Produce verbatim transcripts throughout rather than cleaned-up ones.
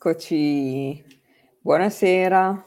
Eccoci, buonasera.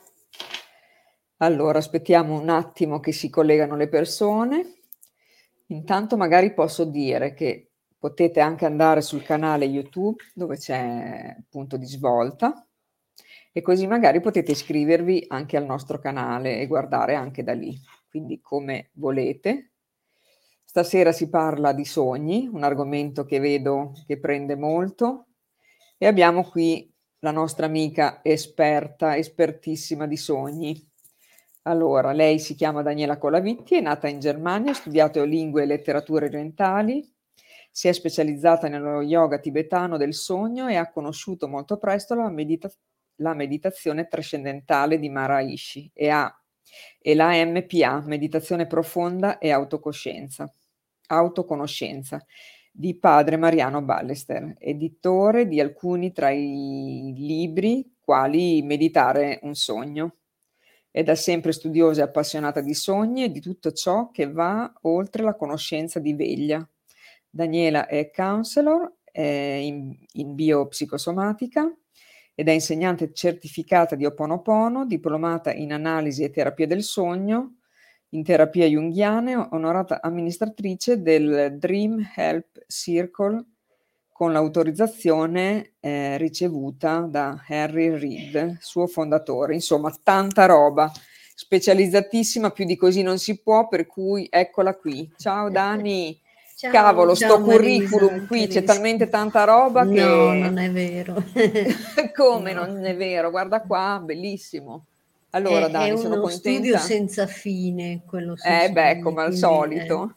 Allora, aspettiamo un attimo che si collegano le persone. Intanto magari posso dire che potete anche andare sul canale YouTube dove c'è Punto di Svolta e così magari potete iscrivervi anche al nostro canale e guardare anche da lì, quindi come volete. Stasera si parla di sogni, un argomento che vedo che prende molto e abbiamo qui la nostra amica esperta, espertissima di sogni. Allora, lei si chiama Daniela Colavitti, è nata in Germania, ha studiato lingue e letterature orientali, si è specializzata nello yoga tibetano del sogno e ha conosciuto molto presto la, medita- la meditazione trascendentale di Maharishi e, ha, e la M P A, meditazione profonda e autocoscienza, autoconoscenza, di padre Mariano Ballester, editore di alcuni tra i libri quali Meditare un sogno. È da sempre studiosa e appassionata di sogni e di tutto ciò che va oltre la conoscenza di veglia. Daniela è counselor è in, in biopsicosomatica ed è insegnante certificata di Ho Oponopono, diplomata in analisi e terapia del sogno, in terapia junghiana, onorata amministratrice del Dream Help Circle con l'autorizzazione eh, ricevuta da Harry Reid, suo fondatore. Insomma, tanta roba, specializzatissima, più di così non si può, per cui eccola qui. Ciao Dani! Ciao, Cavolo, ciao sto Marisa, curriculum qui, c'è carissima. talmente tanta roba No, che... non è vero. Come No. non è vero? Guarda qua, bellissimo. Allora È, è Dani, sono uno studio contenta. senza fine quello sui Eh beh, sogni, come al quindi eh, solito.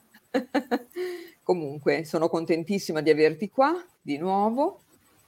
Comunque, sono contentissima di averti qua di nuovo.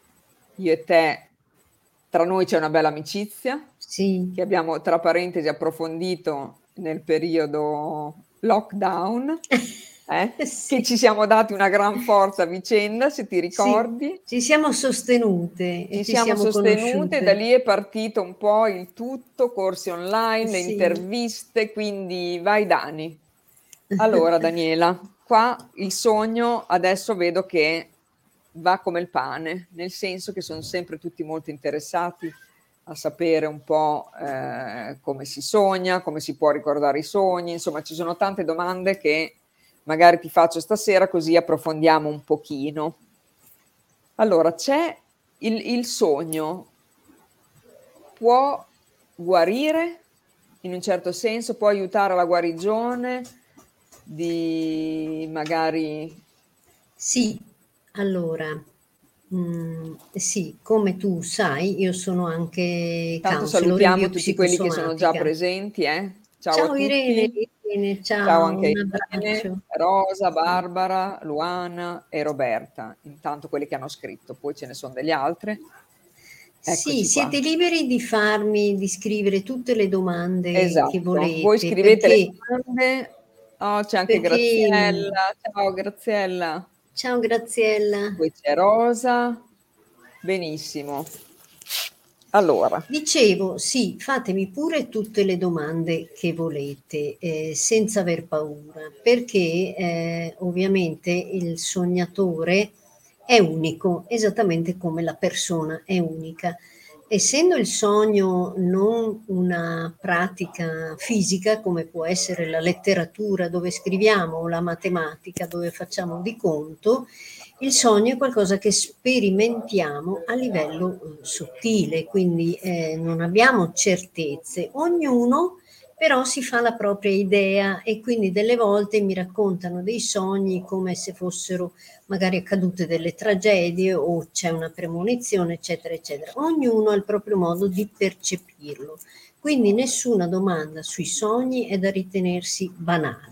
Io e te, tra noi c'è una bella amicizia sì, che abbiamo, tra parentesi, approfondito nel periodo lockdown, eh? Che sì, ci siamo dati una gran forza a vicenda, se ti sì, ricordi. ci siamo sostenute e Ci ci siamo siamo sostenute, da conosciute. lì è partito un po' il tutto, corsi online, le Sì. interviste, quindi vai Dani. Allora Daniela, qua il sogno adesso vedo che va come il pane, nel senso che sono sempre tutti molto interessati a sapere un po' eh, come si sogna, come si può ricordare i sogni, insomma ci sono tante domande che magari ti faccio stasera così approfondiamo un pochino. Allora, c'è il, il sogno, può guarire in un certo senso, può aiutare alla guarigione di magari... Sì, allora, mm, sì, come tu sai, io sono anche Tanto counselor in salutiamo tutti quelli che sono già biopsicosomatica. presenti, eh? Ciao a Ciao Irene, tutti, Irene, ciao ciao, anche a un Irene, abbraccio. Rosa, Sì. Barbara, Luana e Roberta, intanto quelli che hanno scritto, poi ce ne sono delle altre. Sì, Eccoci qua. siete liberi di farmi, di scrivere tutte le domande che Esatto, voi volete, scrivete le perché, domande. Oh, c'è anche perché, mm, Graziella. Ciao Graziella. ciao Graziella. Poi c'è Rosa. Benissimo. Allora, Dicevo, sì, fatemi pure tutte le domande che volete, eh, senza aver paura, perché eh, ovviamente il sognatore è unico, esattamente come la persona è unica. Essendo il sogno non una pratica fisica, come può essere la letteratura dove scriviamo o la matematica dove facciamo di conto, il sogno è qualcosa che sperimentiamo a livello eh, sottile, quindi eh, non abbiamo certezze. Ognuno però si fa la propria idea e quindi delle volte mi raccontano dei sogni come se fossero magari accadute delle tragedie o c'è una premonizione, eccetera, eccetera. Ognuno ha il proprio modo di percepirlo. Quindi nessuna domanda sui sogni è da ritenersi banale.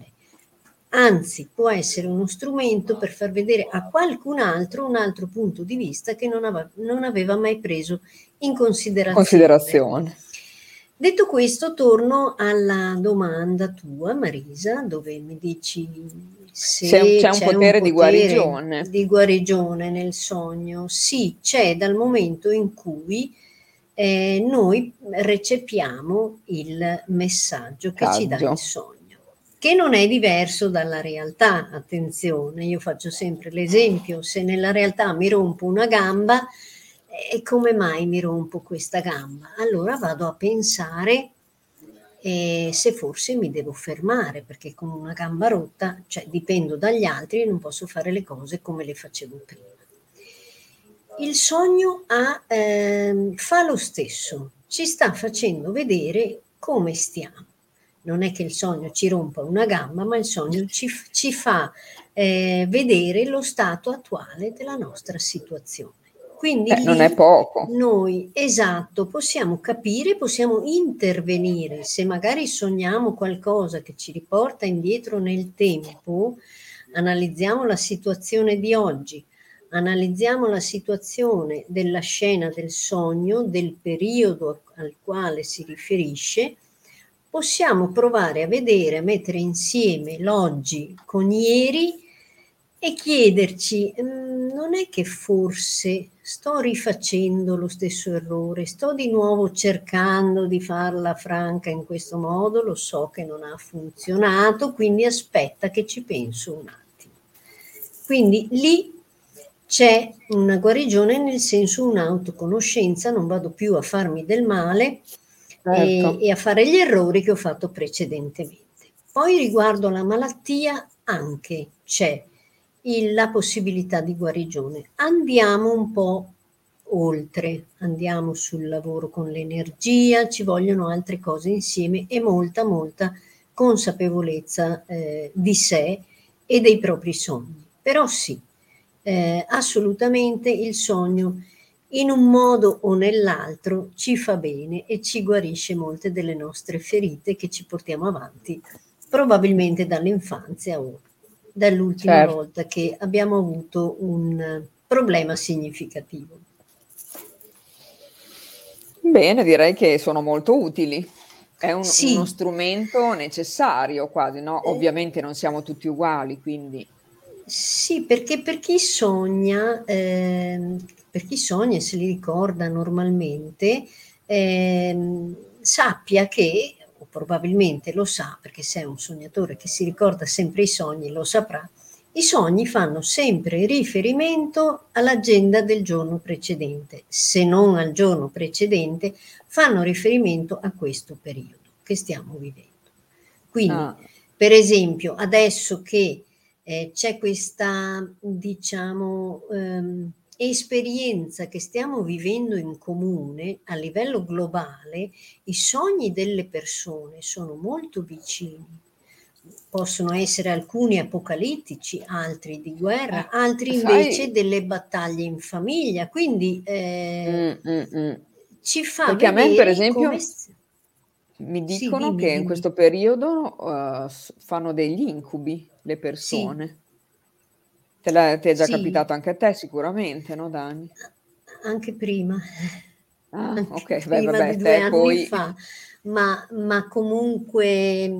Anzi, può essere uno strumento per far vedere a qualcun altro un altro punto di vista che non aveva, non aveva mai preso in considerazione. considerazione. Detto questo, torno alla domanda tua, Marisa, dove mi dici C'è un, se c'è un c'è un potere di potere guarigione. di guarigione nel sogno. Sì, c'è dal momento in cui eh, noi recepiamo il messaggio che ci dà il Saggio. sogno, che non è diverso dalla realtà. Attenzione, io faccio sempre l'esempio, se nella realtà mi rompo una gamba, e come mai mi rompo questa gamba? Allora vado a pensare eh, se forse mi devo fermare, perché con una gamba rotta, cioè dipendo dagli altri e non posso fare le cose come le facevo prima. Il sogno ha, ehm, fa lo stesso, ci sta facendo vedere come stiamo. Non è che il sogno ci rompa una gamba, ma il sogno ci, ci fa eh, vedere lo stato attuale della nostra situazione. Quindi Eh, non è lì poco. noi, esatto, possiamo capire, possiamo intervenire. Se magari sogniamo qualcosa che ci riporta indietro nel tempo, analizziamo la situazione di oggi, analizziamo la situazione della scena del sogno, del periodo al quale si riferisce, possiamo provare a vedere, a mettere insieme l'oggi con ieri e chiederci, mh, non è che forse sto rifacendo lo stesso errore, sto di nuovo cercando di farla franca in questo modo, lo so che non ha funzionato, quindi aspetta che ci penso un attimo. Quindi lì c'è una guarigione, nel senso un'autoconoscenza, non vado più a farmi del male Certo. e, e a fare gli errori che ho fatto precedentemente. Poi riguardo alla malattia anche c'è il, la possibilità di guarigione. Andiamo un po' oltre, andiamo sul lavoro con l'energia, ci vogliono altre cose insieme e molta, molta consapevolezza eh, di sé e dei propri sogni. Però sì, eh, assolutamente il sogno in un modo o nell'altro ci fa bene e ci guarisce molte delle nostre ferite che ci portiamo avanti probabilmente dall'infanzia o dall'ultima Certo. volta che abbiamo avuto un problema significativo. Bene, direi che sono molto utili. È un- uno Sì, strumento necessario quasi, no? eh, Ovviamente non siamo tutti uguali, quindi sì, perché per chi sogna, ehm, per chi sogna e se li ricorda normalmente, ehm, sappia che, o probabilmente lo sa, perché se è un sognatore che si ricorda sempre i sogni, lo saprà, i sogni fanno sempre riferimento all'agenda del giorno precedente, se non al giorno precedente, fanno riferimento a questo periodo che stiamo vivendo. Quindi, ah, per esempio, adesso che eh, c'è questa, diciamo, ehm, esperienza che stiamo vivendo in comune a livello globale, i sogni delle persone sono molto vicini. Possono essere alcuni apocalittici, altri di guerra, altri eh, invece sai, delle battaglie in famiglia. Quindi eh, mm, mm, mm. ci fa Perché a me, per vedere come... esempio, mi Sì, dicono dimmi, che in dimmi. questo periodo eh, s- fanno degli incubi le Sì, persone. Te l'è, ti è già sì, capitato anche a te sicuramente, no, Dani? anche prima, Ah, anche ok, beh, prima di vabbè, due te anni poi... fa, ma, ma comunque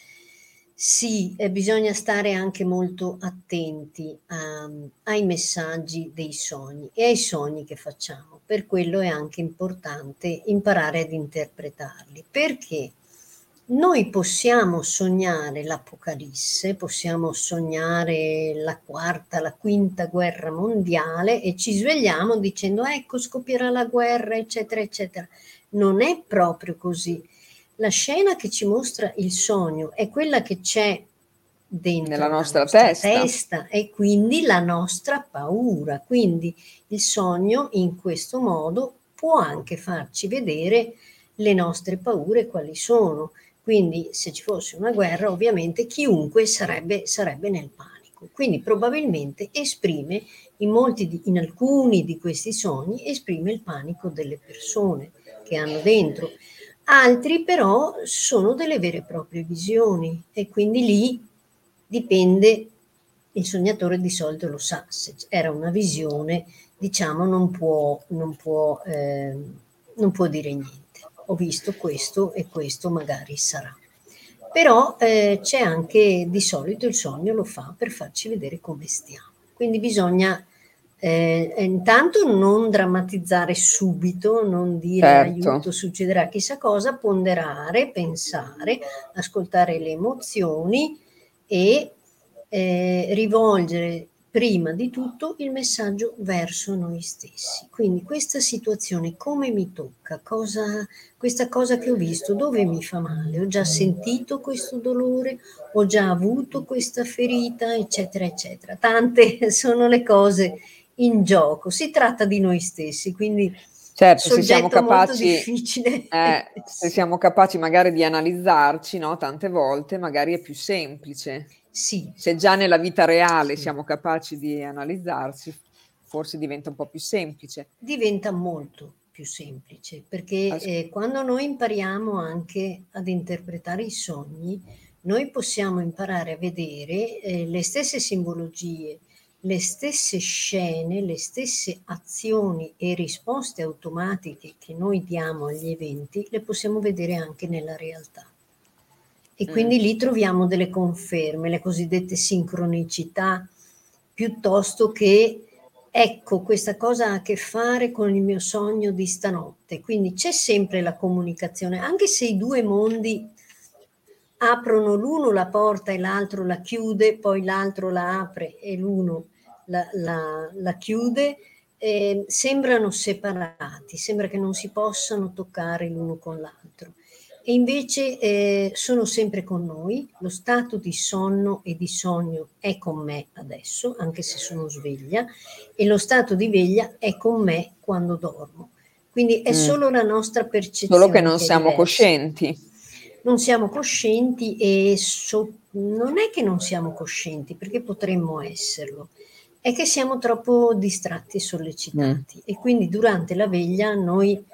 sì, eh, bisogna stare anche molto attenti a- ai messaggi dei sogni e ai sogni che facciamo. Per quello è anche importante imparare ad interpretarli, perché noi possiamo sognare l'Apocalisse, possiamo sognare la quarta, la quinta guerra mondiale e ci svegliamo dicendo ecco scoppierà la guerra, eccetera, eccetera. Non è proprio così. La scena che ci mostra il sogno è quella che c'è Nella dentro la nostra nostra testa. testa e quindi la nostra paura. Quindi il sogno in questo modo può anche farci vedere le nostre paure quali sono. Quindi se ci fosse una guerra, ovviamente chiunque sarebbe, sarebbe nel panico. Quindi probabilmente esprime, in, molti di, in alcuni di questi sogni, esprime il panico delle persone che hanno dentro. Altri però sono delle vere e proprie visioni e quindi lì dipende, il sognatore di solito lo sa, se era una visione, diciamo, non può, non può, eh, non può dire niente. Ho visto questo e questo magari sarà. Però eh, c'è anche, di solito il sogno lo fa per farci vedere come stiamo. Quindi bisogna eh, intanto non drammatizzare subito, non dire Certo. aiuto, succederà chissà cosa, ponderare, pensare, ascoltare le emozioni e eh, rivolgere prima di tutto il messaggio verso noi stessi. Quindi questa situazione come mi tocca, cosa, questa cosa che ho visto, dove mi fa male, ho già sentito questo dolore, ho già avuto questa ferita, eccetera, eccetera. Tante sono le cose in gioco, si tratta di noi stessi, quindi Certo, se siamo soggetto molto capaci difficile. eh, se Sì. siamo capaci magari di analizzarci, no, tante volte magari è più semplice. Sì, Se già nella vita reale sì. siamo capaci di analizzarci, forse diventa un po' più semplice. Diventa molto più semplice, perché As eh, quando noi impariamo anche ad interpretare i sogni, noi possiamo imparare a vedere eh, le stesse simbologie, le stesse scene, le stesse azioni e risposte automatiche che noi diamo agli eventi, le possiamo vedere anche nella realtà. E mh. quindi lì troviamo delle conferme, le cosiddette sincronicità, piuttosto che ecco, questa cosa ha a che fare con il mio sogno di stanotte. Quindi c'è sempre la comunicazione, anche se i due mondi aprono, l'uno la porta e l'altro la chiude, poi l'altro la apre e l'uno la, la, la chiude, eh, sembrano separati, sembra che non si possano toccare l'uno con l'altro. E invece eh, sono sempre con noi, lo stato di sonno e di sogno è con me adesso, anche se sono sveglia, e lo stato di veglia è con me quando dormo. Quindi è Mh. solo la nostra Solo che percezione non che è siamo diversa. coscienti. Non siamo coscienti e so- non è che non siamo coscienti, perché potremmo esserlo, è che siamo troppo distratti e Mh. sollecitati e quindi durante la veglia noi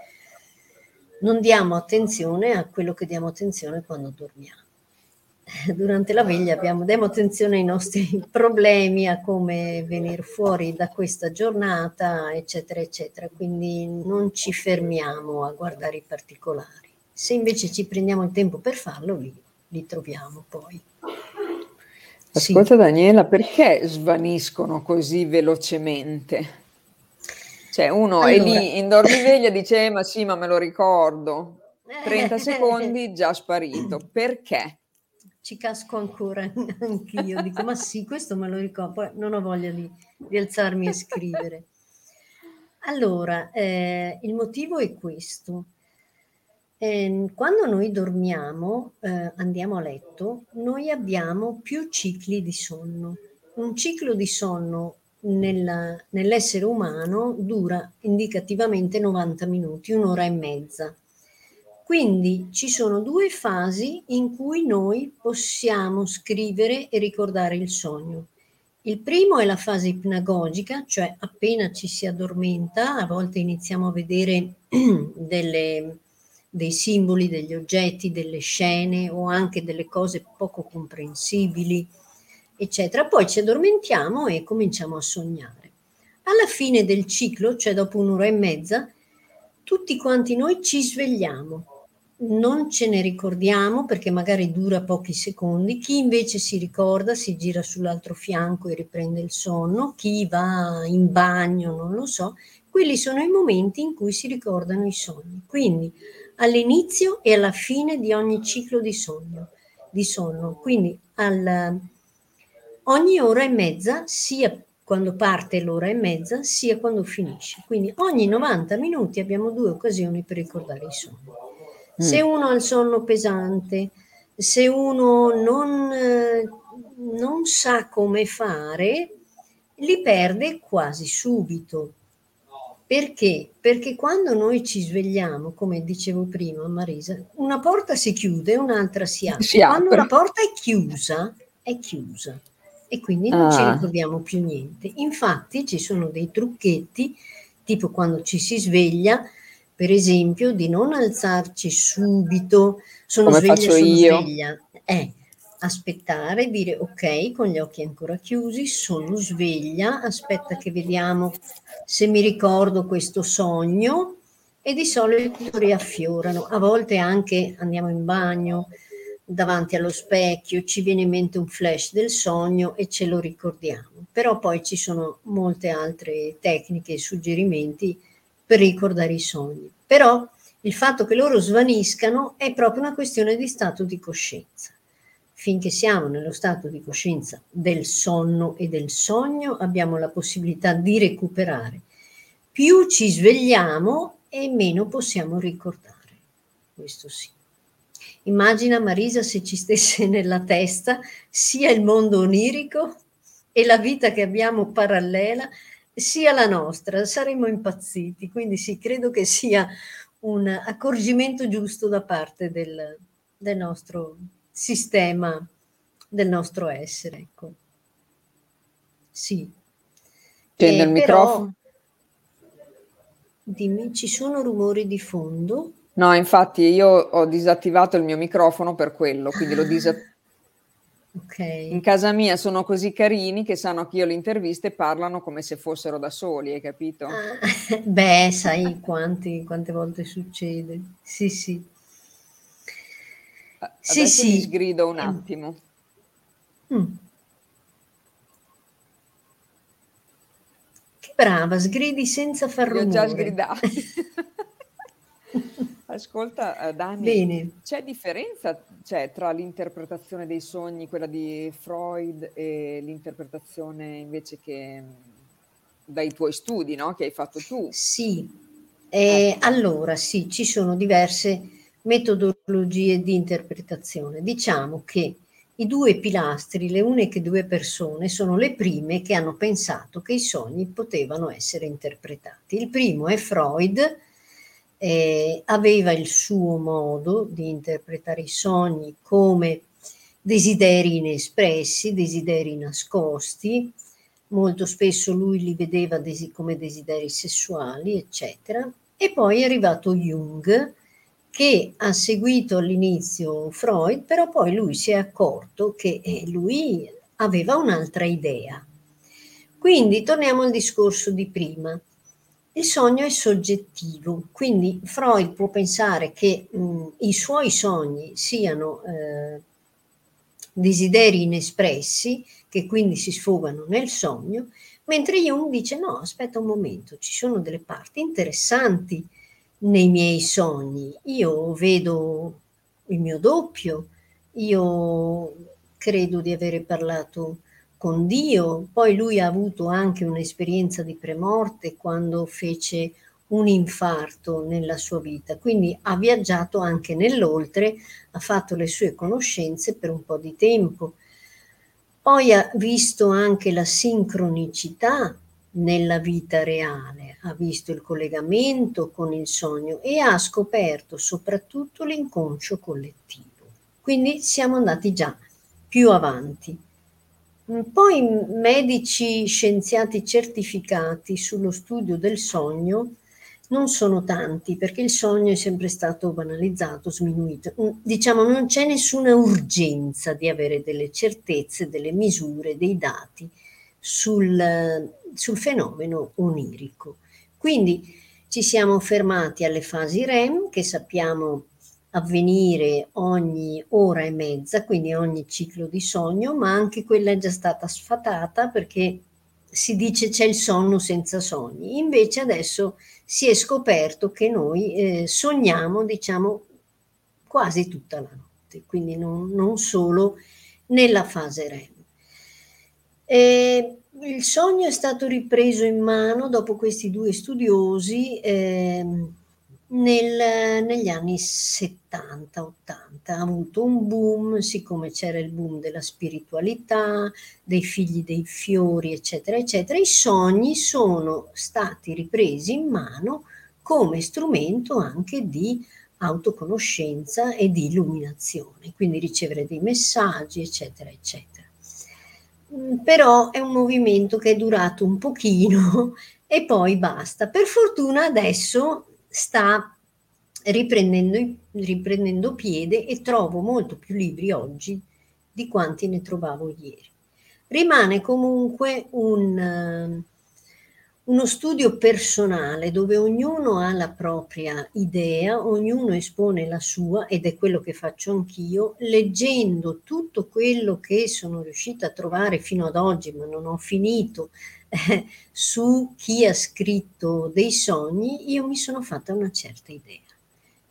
non diamo attenzione a quello che diamo attenzione quando dormiamo. Durante la veglia abbiamo, diamo attenzione ai nostri problemi, a come venire fuori da questa giornata, eccetera, eccetera. Quindi non ci fermiamo a guardare i particolari. Se invece ci prendiamo il tempo per farlo, li, li troviamo poi. Sì. Ascolta Daniela, perché svaniscono così velocemente? Cioè uno è Allora, lì in dormiveglia, dice: "Eh, ma sì, ma me lo ricordo." trenta eh, secondi, già sparito. Perché? ci casco ancora anch'io, dico ma sì, questo me lo ricordo, poi non ho voglia di, di alzarmi e scrivere. Allora, eh, il motivo è questo. Eh, quando noi dormiamo, eh, andiamo a letto, noi abbiamo più cicli di sonno. Un ciclo di sonno nella- nell'essere umano dura indicativamente novanta minuti, un'ora e mezza. Quindi ci sono due fasi in cui noi possiamo scrivere e ricordare il sogno. Il primo è la fase ipnagogica, cioè appena ci si addormenta, a volte iniziamo a vedere delle, dei simboli, degli oggetti, delle scene o anche delle cose poco comprensibili, eccetera. Poi ci addormentiamo e cominciamo a sognare. Alla fine del ciclo, cioè dopo un'ora e mezza, tutti quanti noi ci svegliamo. Non ce ne ricordiamo perché magari dura pochi secondi, chi invece si ricorda si gira sull'altro fianco e riprende il sonno, chi va in bagno, non lo so, quelli sono i momenti in cui si ricordano i sogni. Quindi all'inizio e alla fine di ogni ciclo di sogno, di sonno, quindi al, ogni ora e mezza, sia quando parte l'ora e mezza, sia quando finisce. Quindi ogni novanta minuti abbiamo due occasioni per ricordare i sogni. Se Mh. uno ha il sonno pesante, se uno non, eh, non sa come fare, li perde quasi subito. Perché? Perché quando noi ci svegliamo, come dicevo prima, Marisa, una porta si chiude e un'altra si apre. Si Quando una apre. porta è chiusa, è chiusa e quindi non ci Ah, ricordiamo più niente. Infatti ci sono dei trucchetti, tipo quando ci si sveglia, per esempio, di non alzarci subito, sono come sveglia, faccio sono io. sveglia. Eh, aspettare, dire ok, con gli occhi ancora chiusi, sono sveglia, aspetta che vediamo se mi ricordo questo sogno e di solito riaffiorano. A volte anche andiamo in bagno davanti allo specchio, ci viene in mente un flash del sogno e ce lo ricordiamo. Però poi ci sono molte altre tecniche e suggerimenti per ricordare i sogni. Però il fatto che loro svaniscano è proprio una questione di stato di coscienza. finché siamo nello stato di coscienza del sonno e del sogno, abbiamo la possibilità di recuperare. Più ci svegliamo e meno possiamo ricordare. Questo sì. Immagina, Marisa, se ci stesse nella testa sia il mondo onirico e la vita che abbiamo parallela, sia la nostra, saremmo impazziti. Quindi sì, credo che sia un accorgimento giusto da parte del, del nostro sistema, del nostro essere. Ecco. Sì. Accende il Eh, però, microfono. dimmi, ci sono rumori di fondo? No, infatti io ho disattivato il mio microfono per quello, quindi l'ho disattivato. Ok. In casa mia sono così carini che sanno che io le interviste parlano come se fossero da soli, hai capito? Ah, beh, sai quanti, quante volte succede. Sì, sì. Sì, Adesso li sì. sgrido un Ehm, attimo. mm. Che brava, sgridi senza far Li ho già rumore. sgridati. Ascolta, eh, Dani, Bene. c'è differenza, cioè, tra l'interpretazione dei sogni, quella di Freud, e l'interpretazione invece che mh, dai tuoi studi, no? Che hai fatto tu? Sì, eh, Ecco. allora sì, ci sono diverse metodologie di interpretazione. Diciamo che i due pilastri, le uniche due persone, sono le prime che hanno pensato che i sogni potevano essere interpretati. Il primo è Freud, eh, aveva il suo modo di interpretare i sogni come desideri inespressi, desideri nascosti. Molto spesso lui li vedeva desi- come desideri sessuali, eccetera. E poi è arrivato Jung, che ha seguito all'inizio Freud, però poi lui si è accorto che eh, lui aveva un'altra idea. Quindi torniamo al discorso di prima. Il sogno è soggettivo, quindi Freud può pensare che mh, i suoi sogni siano eh, desideri inespressi, che quindi si sfogano nel sogno, mentre Jung dice no, aspetta un momento, ci sono delle parti interessanti nei miei sogni. Io vedo il mio doppio, io credo di avere parlato con Dio, poi lui ha avuto anche un'esperienza di premorte quando fece un infarto nella sua vita, quindi ha viaggiato anche nell'oltre, ha fatto le sue conoscenze per un po' di tempo. Poi ha visto anche la sincronicità nella vita reale, ha visto il collegamento con il sogno e ha scoperto soprattutto l'inconscio collettivo. Quindi siamo andati già più avanti. Poi medici scienziati certificati sullo studio del sogno non sono tanti, perché il sogno è sempre stato banalizzato, sminuito. Diciamo, non c'è nessuna urgenza di avere delle certezze, delle misure, dei dati sul, sul fenomeno onirico. Quindi ci siamo fermati alle fasi REM, che sappiamo avvenire ogni ora e mezza, quindi ogni ciclo di sogno, ma anche quella è già stata sfatata perché si dice c'è il sonno senza sogni. Invece adesso si è scoperto che noi eh, sogniamo, diciamo, quasi tutta la notte, quindi non, non solo nella fase REM. E il sogno è stato ripreso in mano dopo questi due studiosi eh, nel, negli anni settanta ottanta. Ha avuto un boom, siccome c'era il boom della spiritualità, dei figli dei fiori, eccetera, eccetera. I sogni sono stati ripresi in mano come strumento anche di autoconoscenza e di illuminazione, quindi ricevere dei messaggi, eccetera, eccetera. Però è un movimento che è durato un pochino e poi basta. Per fortuna adesso sta riprendendo, riprendendo piede e trovo molto più libri oggi di quanti ne trovavo ieri. Rimane comunque un, uno studio personale dove ognuno ha la propria idea, ognuno espone la sua ed è quello che faccio anch'io, leggendo tutto quello che sono riuscita a trovare fino ad oggi, ma non ho finito, eh, su chi ha scritto dei sogni, io mi sono fatta una certa idea.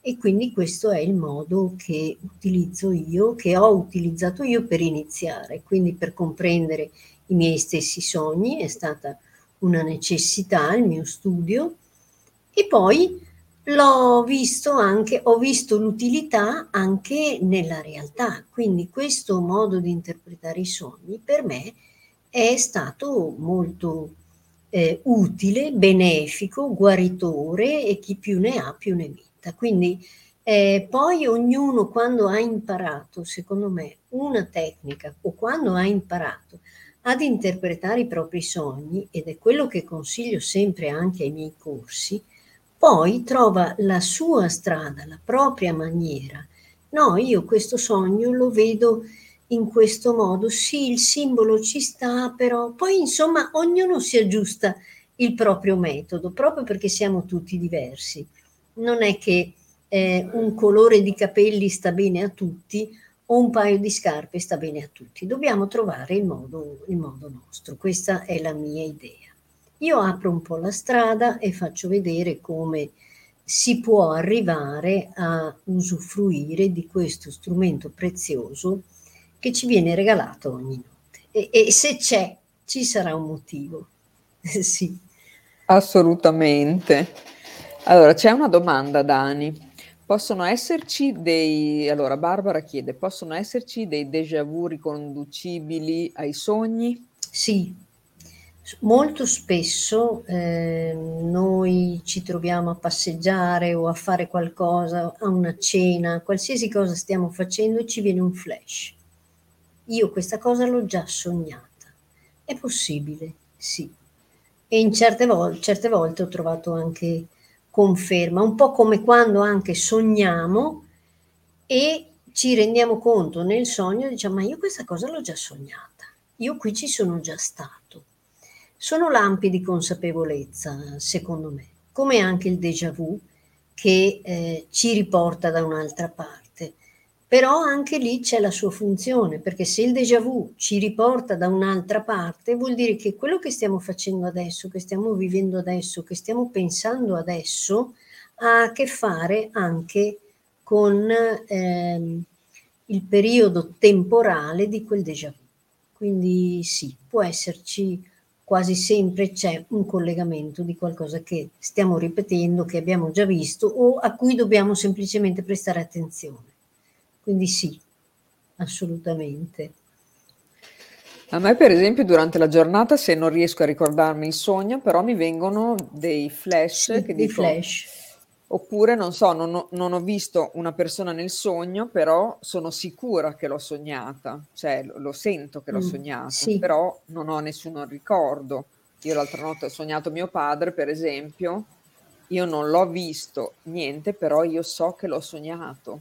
E quindi questo è il modo che utilizzo io, che ho utilizzato io per iniziare, quindi per comprendere i miei stessi sogni, è stata una necessità il mio studio, e poi l'ho visto anche, ho visto l'utilità anche nella realtà, quindi questo modo di interpretare i sogni per me è stato molto eh, utile, benefico, guaritore, e chi più ne ha più ne metta. Quindi eh, poi ognuno, quando ha imparato, secondo me, una tecnica, o quando ha imparato ad interpretare i propri sogni, ed è quello che consiglio sempre anche ai miei corsi, poi trova la sua strada, la propria maniera. No, io questo sogno lo vedo in questo modo, sì, il simbolo ci sta, però poi insomma ognuno si aggiusta il proprio metodo, proprio perché siamo tutti diversi. Non è che eh, un colore di capelli sta bene a tutti o un paio di scarpe sta bene a tutti. Dobbiamo trovare il modo, il modo nostro. Questa è la mia idea. Io apro un po' la strada e faccio vedere come si può arrivare a usufruire di questo strumento prezioso che ci viene regalato ogni notte. E, e se c'è, ci sarà un motivo. Sì. Assolutamente. Allora, c'è una domanda, Dani. Possono esserci dei... Allora, Barbara chiede, possono esserci dei déjà vu riconducibili ai sogni? Sì, molto spesso eh, noi ci troviamo a passeggiare o a fare qualcosa, a una cena, qualsiasi cosa stiamo facendo, e ci viene un flash. Io questa cosa l'ho già sognata. È possibile, sì. E in certe volte, certe volte ho trovato anche conferma, un po' come quando anche sogniamo e ci rendiamo conto nel sogno, diciamo, ma io questa cosa l'ho già sognata, io qui ci sono già stato. Sono lampi di consapevolezza, secondo me, come anche il déjà vu che eh, ci riporta da un'altra parte. Però anche lì c'è la sua funzione, perché se il déjà vu ci riporta da un'altra parte, vuol dire che quello che stiamo facendo adesso, che stiamo vivendo adesso, che stiamo pensando adesso, ha a che fare anche con ehm, il periodo temporale di quel déjà vu. Quindi sì, può esserci, quasi sempre c'è un collegamento di qualcosa che stiamo ripetendo, che abbiamo già visto o a cui dobbiamo semplicemente prestare attenzione. Quindi sì, assolutamente. A me, per esempio, durante la giornata, se non riesco a ricordarmi il sogno, però mi vengono dei flash Sì, che dei dico, flash. oppure non so, non ho, non ho visto una persona nel sogno, però sono sicura che l'ho sognata, cioè lo, lo sento che l'ho Mm, sognato, sì. però non ho nessun ricordo. Io l'altra notte ho sognato mio padre, per esempio, io non l'ho visto niente, però io so che l'ho sognato.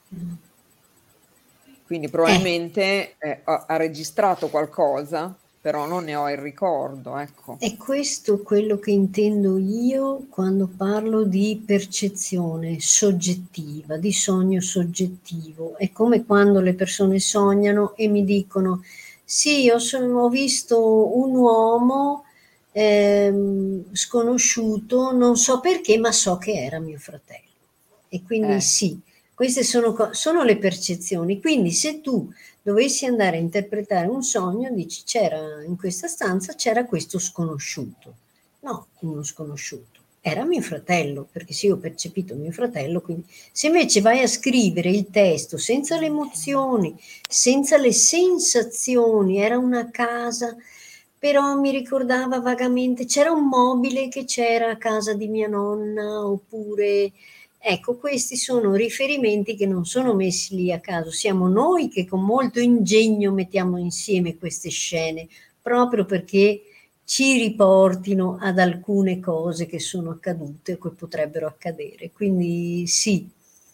Quindi Eh, probabilmente eh, ha, ha registrato qualcosa, però non ne ho il ricordo, ecco. è questo quello che intendo io quando parlo di percezione soggettiva, di sogno soggettivo. È come quando le persone sognano e mi dicono: sì, ho, ho visto un uomo ehm, sconosciuto, non so perché, ma so che era mio fratello. E quindi Eh, sì, queste sono, sono le percezioni. Quindi se tu dovessi andare a interpretare un sogno, dici c'era in questa stanza, c'era questo sconosciuto. No, uno sconosciuto. Era mio fratello, perché sì, ho percepito mio fratello, quindi se invece vai a scrivere il testo senza le emozioni, senza le sensazioni, era una casa, però mi ricordava vagamente, c'era un mobile che c'era a casa di mia nonna, oppure ecco, questi sono riferimenti che non sono messi lì a caso, siamo noi che con molto ingegno mettiamo insieme queste scene, proprio perché ci riportino ad alcune cose che sono accadute o che potrebbero accadere. Quindi sì,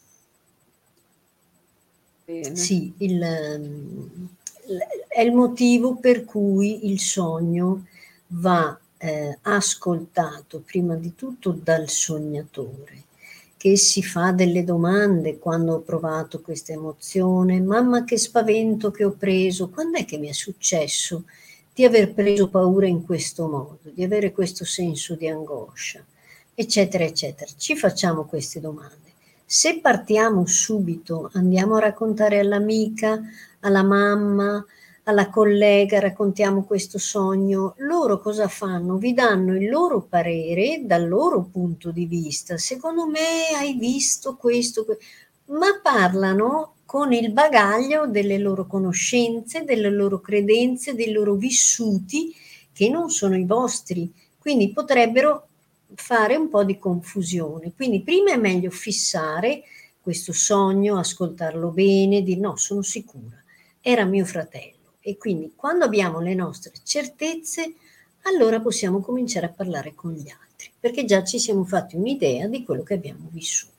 bene. sì, il, ehm, è il motivo per cui il sogno va eh, ascoltato prima di tutto dal sognatore, che si fa delle domande: quando ho provato questa emozione, mamma che spavento che ho preso, quando è che mi è successo di aver preso paura in questo modo, di avere questo senso di angoscia, eccetera, eccetera. Ci facciamo queste domande. Se partiamo subito, andiamo a raccontare all'amica, alla mamma, alla collega, raccontiamo questo sogno, loro cosa fanno? Vi danno il loro parere dal loro punto di vista. Secondo me hai visto questo, que-", ma parlano con il bagaglio delle loro conoscenze, delle loro credenze, dei loro vissuti che non sono i vostri. Quindi potrebbero fare un po' di confusione. Quindi prima è meglio fissare questo sogno, ascoltarlo bene, dire no, sono sicura, era mio fratello. E quindi quando abbiamo le nostre certezze, allora possiamo cominciare a parlare con gli altri, perché già ci siamo fatti un'idea di quello che abbiamo vissuto.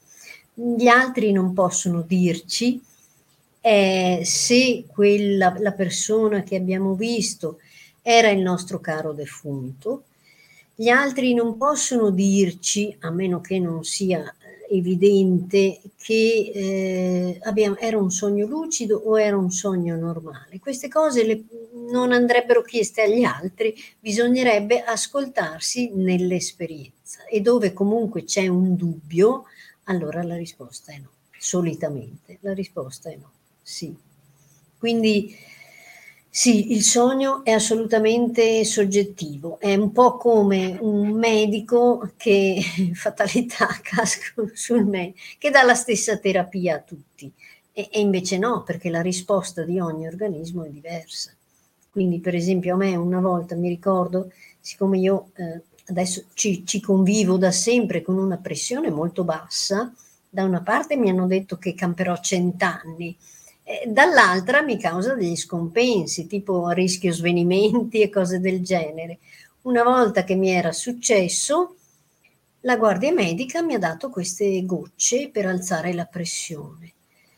Gli altri non possono dirci eh, se quella, la persona che abbiamo visto era il nostro caro defunto. Gli altri non possono dirci, a meno che non sia evidente, che eh, abbiamo, era un sogno lucido o era un sogno normale. Queste cose le, non andrebbero chieste agli altri, bisognerebbe ascoltarsi nell'esperienza. E dove comunque c'è un dubbio, allora la risposta è no. Solitamente la risposta è no. Sì. Quindi sì, il sogno è assolutamente soggettivo, è un po' come un medico che, fatalità, casco sul me, che dà la stessa terapia a tutti. E, e invece no, perché la risposta di ogni organismo è diversa. Quindi per esempio a me una volta mi ricordo, siccome io eh, adesso ci, ci convivo da sempre con una pressione molto bassa, da una parte mi hanno detto che camperò cent'anni, eh, dall'altra mi causa degli scompensi, tipo rischio svenimenti e cose del genere. Una volta che mi era successo, la guardia medica mi ha dato queste gocce per alzare la pressione.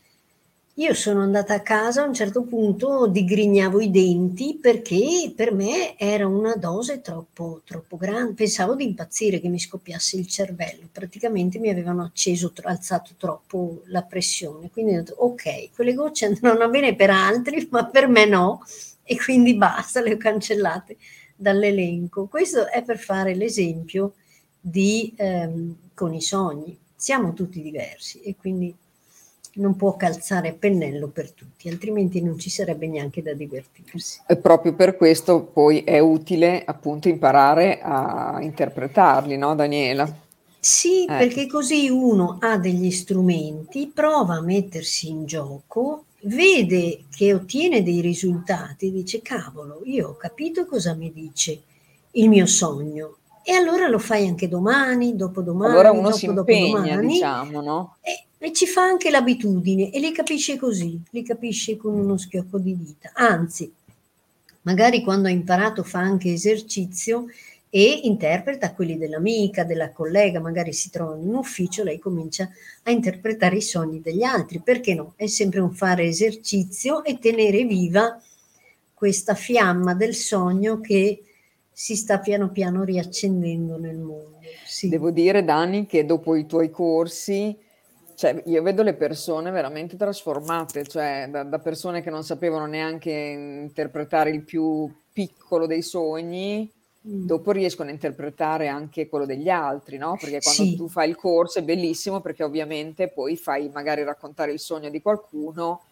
Io sono andata a casa, a un certo punto digrignavo i denti perché per me era una dose troppo, troppo grande. Pensavo di impazzire, che mi scoppiasse il cervello. Praticamente mi avevano acceso, alzato troppo la pressione. Quindi ho detto, ok, quelle gocce andranno bene per altri, ma per me no. E quindi basta, le ho cancellate dall'elenco. Questo è per fare l'esempio di, ehm, con i sogni. Siamo tutti diversi e quindi non può calzare pennello per tutti, altrimenti non ci sarebbe neanche da divertirsi. E proprio per questo poi è utile appunto imparare a interpretarli, no, Daniela? Sì, Eh. perché così uno ha degli strumenti, prova a mettersi in gioco, vede che ottiene dei risultati, dice cavolo, io ho capito cosa mi dice il mio sogno, e allora lo fai anche domani, Allora dopodomani, uno si dopo impegna, dopodomani, diciamo, no? e, e ci fa anche l'abitudine e li capisce così, li capisce con uno schiocco di dita. Anzi, magari quando ha imparato fa anche esercizio e interpreta quelli dell'amica, della collega, magari si trovano in ufficio, lei comincia a interpretare i sogni degli altri, perché no? È sempre un fare esercizio e tenere viva questa fiamma del sogno che si sta piano piano riaccendendo nel mondo. Sì. Devo dire, Dani, che dopo i tuoi corsi, cioè, io vedo le persone veramente trasformate, cioè da, da persone che non sapevano neanche interpretare il più piccolo dei sogni, Mm. dopo riescono a interpretare anche quello degli altri, no? Perché quando Sì. tu fai il corso è bellissimo perché ovviamente poi fai magari raccontare il sogno di qualcuno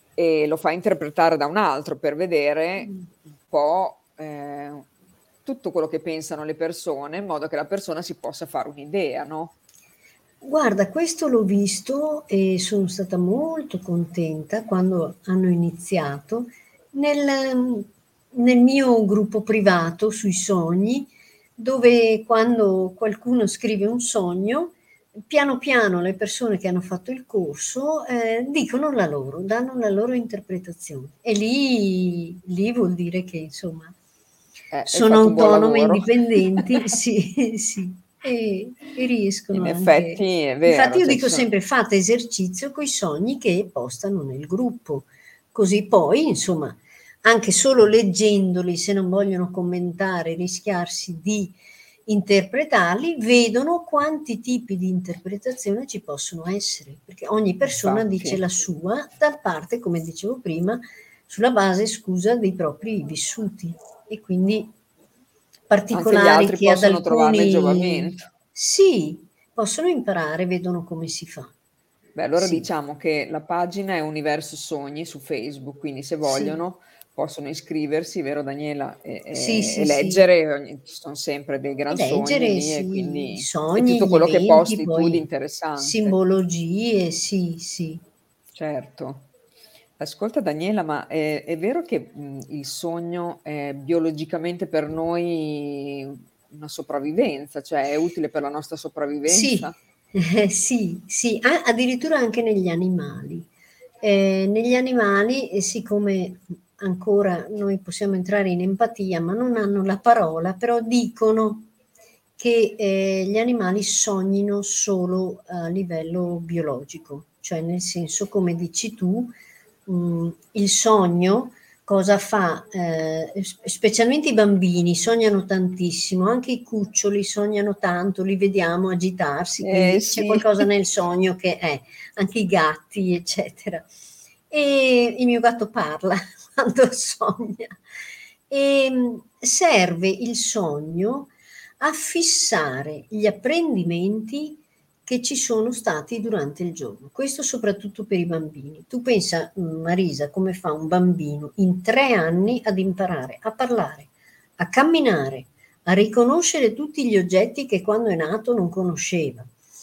e lo fai interpretare da un altro per vedere Mm. un po' eh, tutto quello che pensano le persone, in modo che la persona si possa fare un'idea, no? Guarda, questo l'ho visto e sono stata molto contenta quando hanno iniziato nel, nel mio gruppo privato sui sogni, dove quando qualcuno scrive un sogno, piano piano le persone che hanno fatto il corso eh, dicono la loro, danno la loro interpretazione. E lì, lì vuol dire che insomma Eh, hai sono fatto un buon autonome, lavoro. indipendenti, sì, sì, e, e riescono In anche. effetti è Infatti vero, io cioè ci dico sono... sempre fate esercizio con i sogni che postano nel gruppo, così poi, insomma, anche solo leggendoli, se non vogliono commentare, rischiarsi di interpretarli, vedono quanti tipi di interpretazione ci possono essere, perché ogni persona Infatti. dice la sua, da parte, come dicevo prima, sulla base, scusa, dei propri vissuti e quindi Anche gli particolari altri che ad possono trovarne alcuni giovamento. sì, possono imparare, vedono come si fa. Beh, allora Sì. diciamo che la pagina è Universo Sogni su Facebook, quindi se Sì. vogliono possono iscriversi, vero Daniela, e Sì, e e sì, sì. leggere ogni ci son sempre dei E gran sogni leggere, lì e sì, i quindi e sogni, tutto gli quello che eventi, posti tu di poi interessante. simbologie, sì, sì. Certo. Ascolta Daniela, ma è è vero che, mhmm, il sogno è biologicamente per noi una sopravvivenza, cioè è utile per la nostra Sì, sopravvivenza? sì, sì, a addirittura anche negli animali. Ehm, negli animali, e siccome ancora noi possiamo entrare in empatia, ma non hanno la parola, però dicono che, ehm, gli animali sognino solo a livello biologico, cioè nel senso, come dici tu, mhmm, il sogno cosa fa? Ehm, s specialmente i bambini sognano tantissimo, anche i cuccioli sognano tanto, li vediamo agitarsi, Eh quindi c'è sì. qualcosa nel sogno che è, anche i gatti, eccetera. E il mio gatto parla quando sogna. Ehm, serve il sogno a fissare gli apprendimenti che ci sono stati durante il giorno. Questo soprattutto per i bambini. Tu pensa, mhmm, Marisa, come fa un bambino in tre anni ad imparare a parlare, a camminare, a riconoscere tutti gli oggetti che quando è nato non conosceva.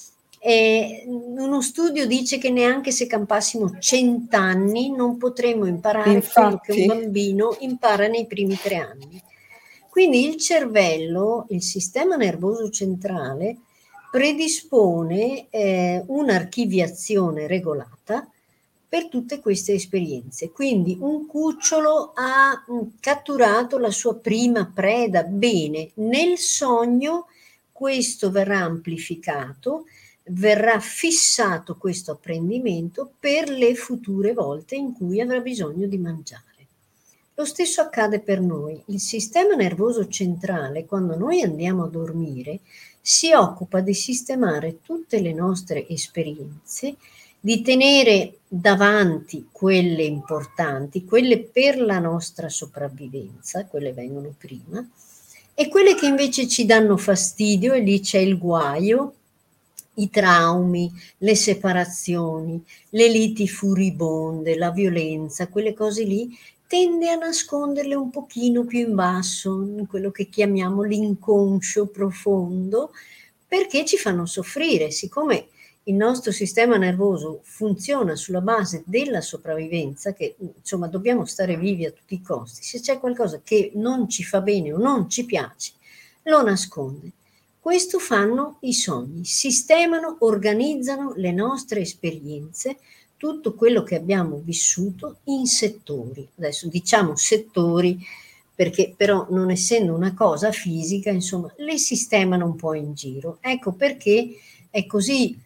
Ehm, uno studio dice che neanche se campassimo cent anni non potremmo imparare quello che un Infatti. bambino impara nei primi tre anni. Quindi il cervello, il sistema nervoso centrale, predispone, ehm, un'archiviazione regolata per tutte queste esperienze. Quindi un cucciolo ha, mhmm, catturato la sua prima preda, bene, nel sogno questo verrà amplificato, verrà fissato questo apprendimento per le future volte in cui avrà bisogno di mangiare. Lo stesso accade per noi. Il sistema nervoso centrale, quando noi andiamo a dormire, si occupa di sistemare tutte le nostre esperienze, di tenere davanti quelle importanti, quelle per la nostra sopravvivenza, quelle vengono prima, e quelle che invece ci danno fastidio, e lì c'è il guaio, i traumi, le separazioni, le liti furibonde, la violenza, quelle cose lì, tende a nasconderle un pochino più in basso, in quello che chiamiamo l'inconscio profondo, perché ci fanno soffrire. Siccome il nostro sistema nervoso funziona sulla base della sopravvivenza, che insomma dobbiamo stare vivi a tutti i costi, se c'è qualcosa che non ci fa bene o non ci piace, lo nasconde. Questo fanno i sogni, sistemano, organizzano le nostre esperienze, tutto quello che abbiamo vissuto in settori. Adesso diciamo settori perché però non essendo una cosa fisica, insomma, le sistemano un po' in giro. Ecco perché è così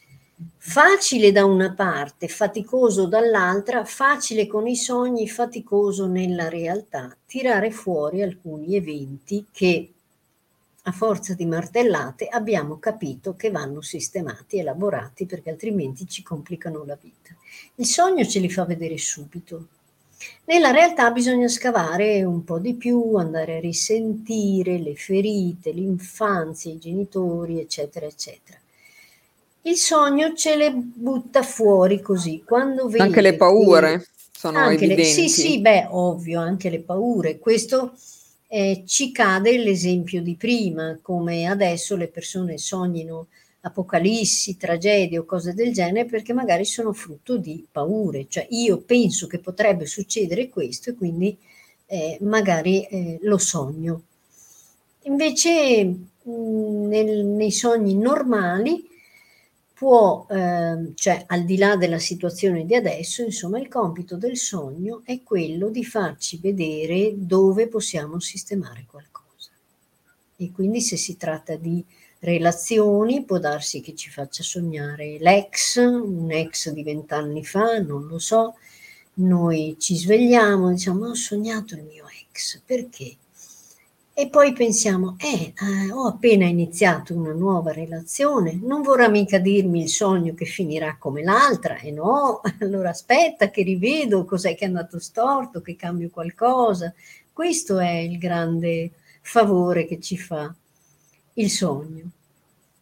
facile da una parte, faticoso dall'altra, facile con i sogni, faticoso nella realtà, tirare fuori alcuni eventi che a forza di martellate abbiamo capito che vanno sistemati, elaborati, perché altrimenti ci complicano la vita. Il sogno ce li fa vedere subito. Nella realtà bisogna scavare un po' di più, andare a risentire le ferite, l'infanzia, i genitori, eccetera, eccetera. Il sogno ce le butta fuori così, quando Anche le vede che paure sono anche le sì, sì, evidenti. beh, ovvio, anche le paure. Questo, ehm, ci cade l'esempio di prima, come adesso le persone sognino apocalissi, tragedie o cose del genere, perché magari sono frutto di paure. Cioè io penso che potrebbe succedere questo e quindi, ehm, magari, ehm, lo sogno. Invece, mhmm, nel nei sogni normali può, ehm, cioè al di là della situazione di adesso, insomma, il compito del sogno è quello di farci vedere dove possiamo sistemare qualcosa. E quindi se si tratta di relazioni, può darsi che ci faccia sognare l'ex, un ex di venti anni fa, non lo so. Noi ci svegliamo e diciamo: "Ho sognato il mio ex, perché?" E poi pensiamo: "Eh, ehm, ho appena iniziato una nuova relazione, non vorrà mica dirmi il sogno che finirà come l'altra, eh no, allora aspetta che rivedo cos'è che è andato storto, che cambio qualcosa." Questo è il grande favore che ci fa il sogno.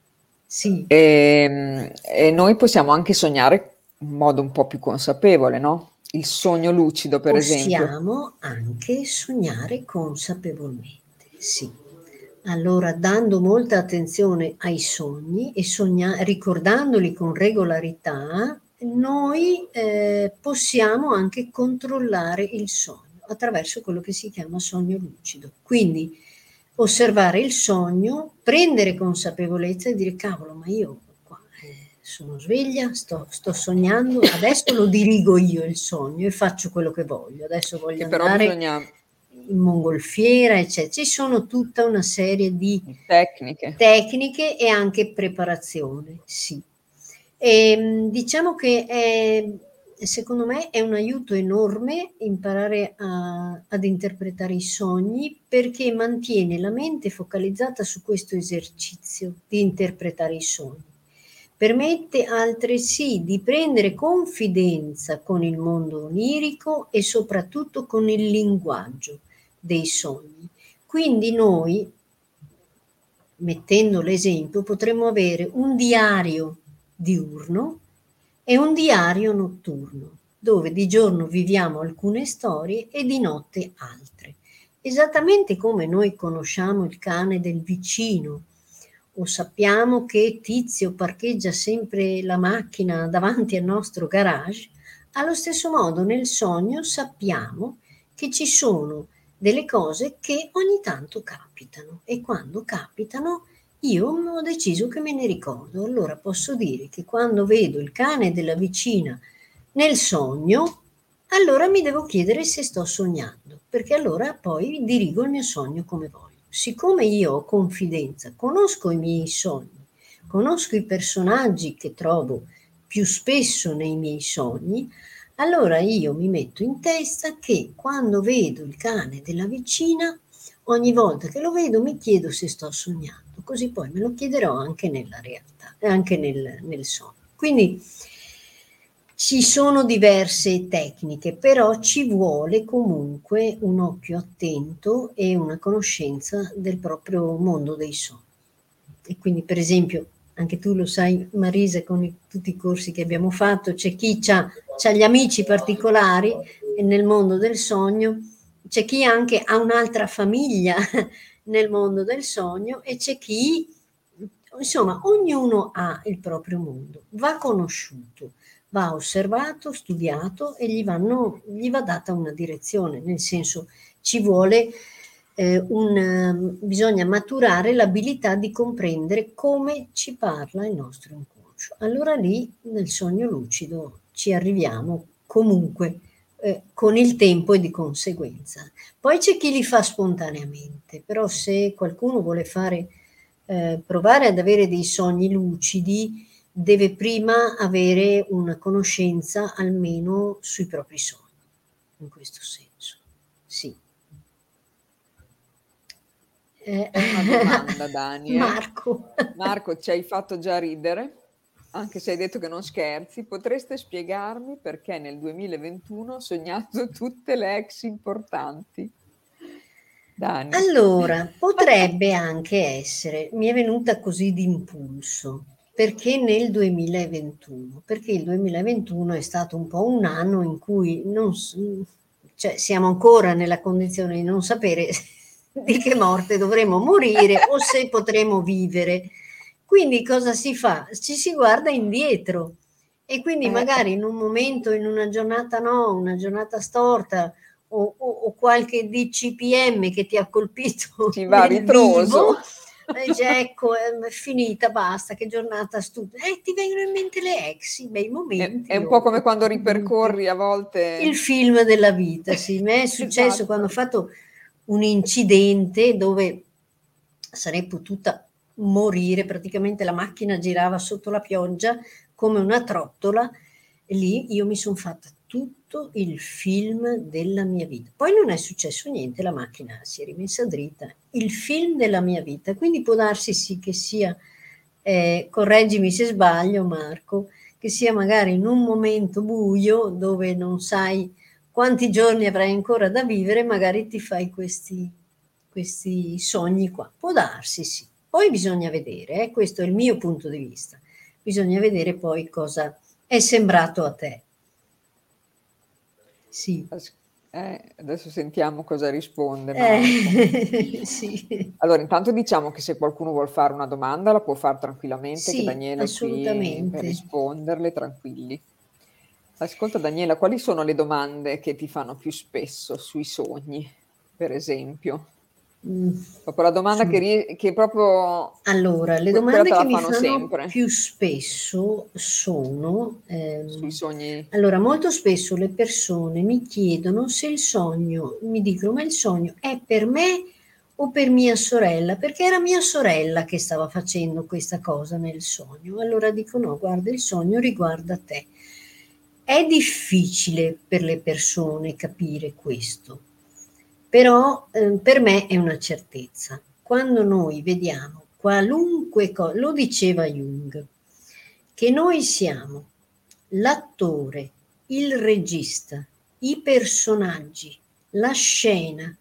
Sì. E, e noi possiamo anche sognare in modo un po' più consapevole, no? Il sogno lucido, per esempio. Possiamo anche sognare consapevolmente, sì. Allora, dando molta attenzione ai sogni e sogna- ricordandoli con regolarità, noi eh, possiamo anche controllare il sogno attraverso quello che si chiama sogno lucido. Quindi osservare il sogno, prendere consapevolezza e dire cavolo, ma io qua eh, sono sveglia, sto, sto sognando, adesso lo dirigo io il sogno e faccio quello che voglio, adesso voglio Che però andare bisogna in mongolfiera, eccetera. Ci sono tutta una serie di tecniche. tecniche e anche preparazione, sì. E, diciamo che è, secondo me è un aiuto enorme imparare a, ad interpretare i sogni, perché mantiene la mente focalizzata su questo esercizio di interpretare i sogni. Permette altresì di prendere confidenza con il mondo onirico e soprattutto con il linguaggio dei sogni. Quindi noi, mettendo l'esempio, potremmo avere un diario diurno e un diario notturno, dove di giorno viviamo alcune storie e di notte altre. Esattamente come noi conosciamo il cane del vicino o sappiamo che Tizio parcheggia sempre la macchina davanti al nostro garage, allo stesso modo nel sogno sappiamo che ci sono delle cose che ogni tanto capitano e quando capitano io ho deciso che me ne ricordo. Allora posso dire che quando vedo il cane della vicina nel sogno, allora mi devo chiedere se sto sognando, perché allora poi dirigo il mio sogno come voglio. Siccome io ho confidenza, conosco i miei sogni, conosco i personaggi che trovo più spesso nei miei sogni, allora io mi metto in testa che quando vedo il cane della vicina, ogni volta che lo vedo mi chiedo se sto sognando, così poi me lo chiederò anche nella realtà, anche nel, nel sogno. Quindi ci sono diverse tecniche, però ci vuole comunque un occhio attento e una conoscenza del proprio mondo dei sogni. E quindi, per esempio, anche tu lo sai, Marisa, con i, tutti i corsi che abbiamo fatto, c'è chi ha gli amici particolari nel mondo del sogno, c'è chi anche ha un'altra famiglia nel mondo del sogno e c'è chi, insomma, ognuno ha il proprio mondo, va conosciuto, va osservato, studiato e gli, vanno, gli va data una direzione, nel senso ci vuole eh, un, bisogna maturare l'abilità di comprendere come ci parla il nostro inconscio. Allora lì nel sogno lucido ci arriviamo comunque eh, con il tempo e di conseguenza. Poi c'è chi li fa spontaneamente, però se qualcuno vuole fare, eh, provare ad avere dei sogni lucidi, deve prima avere una conoscenza almeno sui propri sogni, in questo senso. Sì. Eh, Ho una domanda, Dani. Eh? Marco. Marco, ci hai fatto già ridere, anche se hai detto che non scherzi. Potreste spiegarmi perché nel duemilaventuno ho sognato tutte le ex importanti? Dani. Allora, potrebbe anche essere, mi è venuta così d'impulso, perché nel duemilaventuno? Perché il duemilaventuno è stato un po' un anno in cui non, cioè, siamo ancora nella condizione di non sapere di che morte dovremo morire o se potremo vivere. Quindi cosa si fa? Ci si guarda indietro e quindi Eh, magari in un momento, in una giornata no, una giornata storta, o, o, o qualche D C P M che ti ha colpito si va a nel vivo, ritroso. e dice ecco è finita, basta, che giornata stupida, e ti vengono in mente le ex, i bei È, è momenti un o, po' come o quando comunque ripercorri a il volte. film della vita. Sì, mi è successo quando ho Esatto. fatto un incidente dove sarei potuta morire, praticamente la macchina girava sotto la pioggia come una trottola e lì io mi sono fatta tutto il film della mia vita. Poi non è successo niente, la macchina si è rimessa dritta. Il film della mia vita, quindi può darsi sì che sia, eh, correggimi se sbaglio Marco, che sia magari in un momento buio dove non sai quanti giorni avrai ancora da vivere, magari ti fai questi, questi sogni qua. Può darsi, sì. Poi bisogna vedere, eh, questo è il mio punto di vista, bisogna vedere poi cosa è sembrato a te. Sì. As eh, adesso sentiamo cosa risponde Marco. Eh, sì. Allora, intanto diciamo che se qualcuno vuol fare una domanda la può far tranquillamente, che Sì, Daniele è qui per assolutamente. risponderle, tranquilli. Ascolta Daniela, quali sono le domande che ti fanno più spesso sui sogni, per esempio? Mh, Proprio la domanda che su rie che proprio Allora, le que quella domande te che la mi fanno fanno sempre più spesso sono, sui ehm, sogni. allora molto spesso le persone mi chiedono se il sogno mi dicono: "Ma il sogno è per me o per mia sorella?" Perché era mia sorella che stava facendo questa cosa nel sogno. Allora dico: "No, guarda, il sogno riguarda te." È difficile per le persone capire questo, però, ehm, per me è una certezza. Quando noi vediamo qualunque co lo diceva Jung, che noi siamo l'attore, il regista, i personaggi, la scena,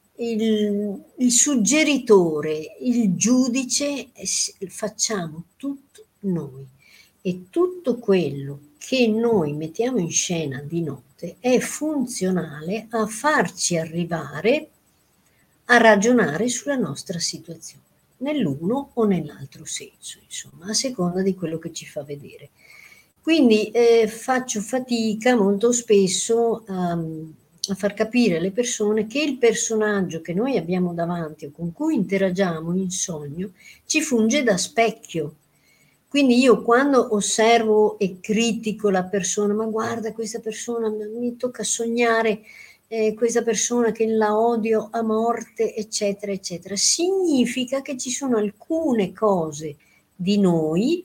il il suggeritore, il giudice, e s facciamo tutto noi. E tutto quello che noi mettiamo in scena di notte è funzionale a farci arrivare a ragionare sulla nostra situazione, nell'uno o nell'altro senso, insomma, a seconda di quello che ci fa vedere. Quindi eh, faccio fatica molto spesso a, a far capire alle persone che il personaggio che noi abbiamo davanti o con cui interagiamo in sogno ci funge da specchio. Quindi io quando osservo e critico la persona, ma guarda questa persona, mi tocca sognare eh, questa persona che la odio a morte, eccetera, eccetera, significa che ci sono alcune cose di noi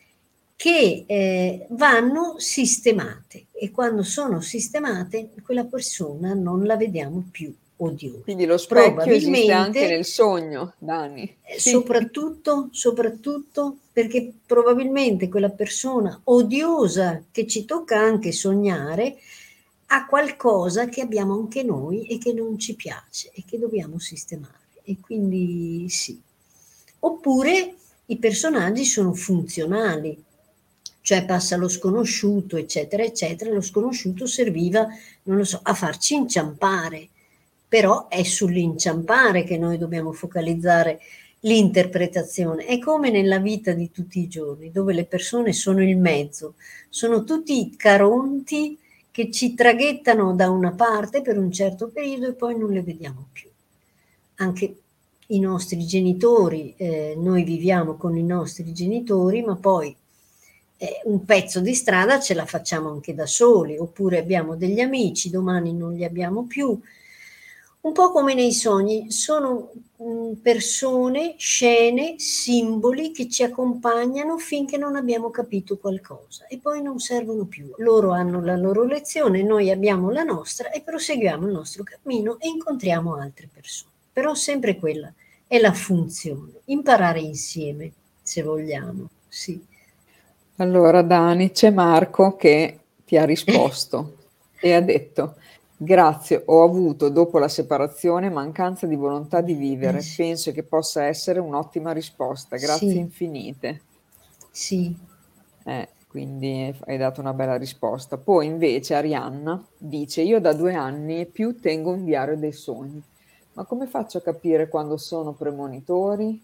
che eh, vanno sistemate e quando sono sistemate quella persona non la vediamo più odiosa. Quindi lo specchio esiste anche Probabilmente nel sogno, Dani. eh, Sì. soprattutto, soprattutto perché probabilmente quella persona odiosa che ci tocca anche sognare ha qualcosa che abbiamo anche noi e che non ci piace e che dobbiamo sistemare. E quindi sì. Oppure i personaggi sono funzionali, cioè passa lo sconosciuto, eccetera, eccetera. Lo sconosciuto serviva, non lo so, a farci inciampare, però è sull'inciampare che noi dobbiamo focalizzare l'interpretazione. È come nella vita di tutti i giorni, dove le persone sono il mezzo, sono tutti i caronti che ci traghettano da una parte per un certo periodo e poi non le vediamo più. Anche i nostri genitori, eh, noi viviamo con i nostri genitori, ma poi eh, un pezzo di strada ce la facciamo anche da soli, oppure abbiamo degli amici, domani non li abbiamo più. Un po' come nei sogni, sono mh, persone, scene, simboli che ci accompagnano finché non abbiamo capito qualcosa e poi non servono più. Loro hanno la loro lezione, noi abbiamo la nostra e proseguiamo il nostro cammino e incontriamo altre persone. Però sempre quella è la funzione, imparare insieme, se vogliamo, sì. Allora Dani, c'è Marco che ti ha risposto e ha detto: "Grazie, ho avuto dopo la separazione mancanza di volontà di Eh vivere. sì, Penso che possa essere un'ottima risposta. Grazie sì, infinite." sì. Eh, quindi f hai dato una bella risposta. Poi invece Arianna dice: "Io da due anni e più tengo un diario dei sogni. Ma come faccio a capire quando sono premonitori?"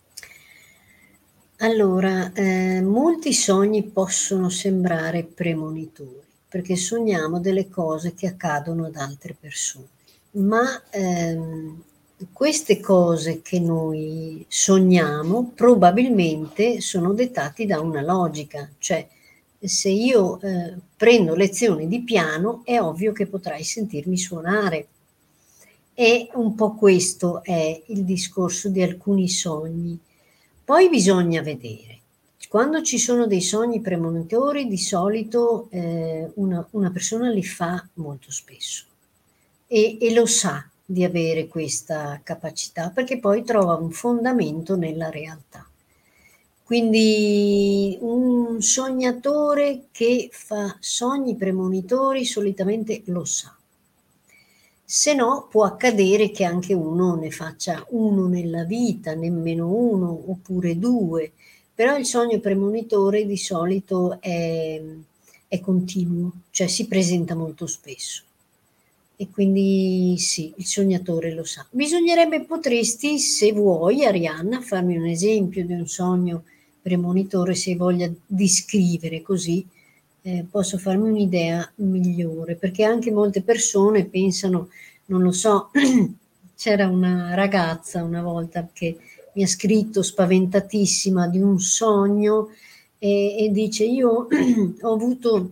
Allora, ehm, molti sogni possono sembrare premonitori, perché sogniamo delle cose che accadono ad altre persone, ma, ehm, queste cose che noi sogniamo probabilmente sono dettati da una logica, cioè se io, ehm, prendo lezioni di piano è ovvio che potrai sentirmi suonare. E un po' questo è il discorso di alcuni sogni. Poi bisogna vedere. Quando ci sono dei sogni premonitori, di solito eh, una, una persona li fa molto spesso e, e lo sa di avere questa capacità perché poi trova un fondamento nella realtà. Quindi un sognatore che fa sogni premonitori solitamente lo sa. Se no può accadere che anche uno ne faccia uno nella vita, nemmeno uno, oppure due, però il sogno premonitore di solito è, è continuo, cioè si presenta molto spesso. E quindi sì, il sognatore lo sa. Bisognerebbe, potresti, se vuoi, Arianna, farmi un esempio di un sogno premonitore, se hai voglia di scrivere così, eh, posso farmi un'idea migliore, perché anche molte persone pensano, non lo so, c'era una ragazza una volta che mi ha scritto spaventatissima di un sogno e, e dice io ho avuto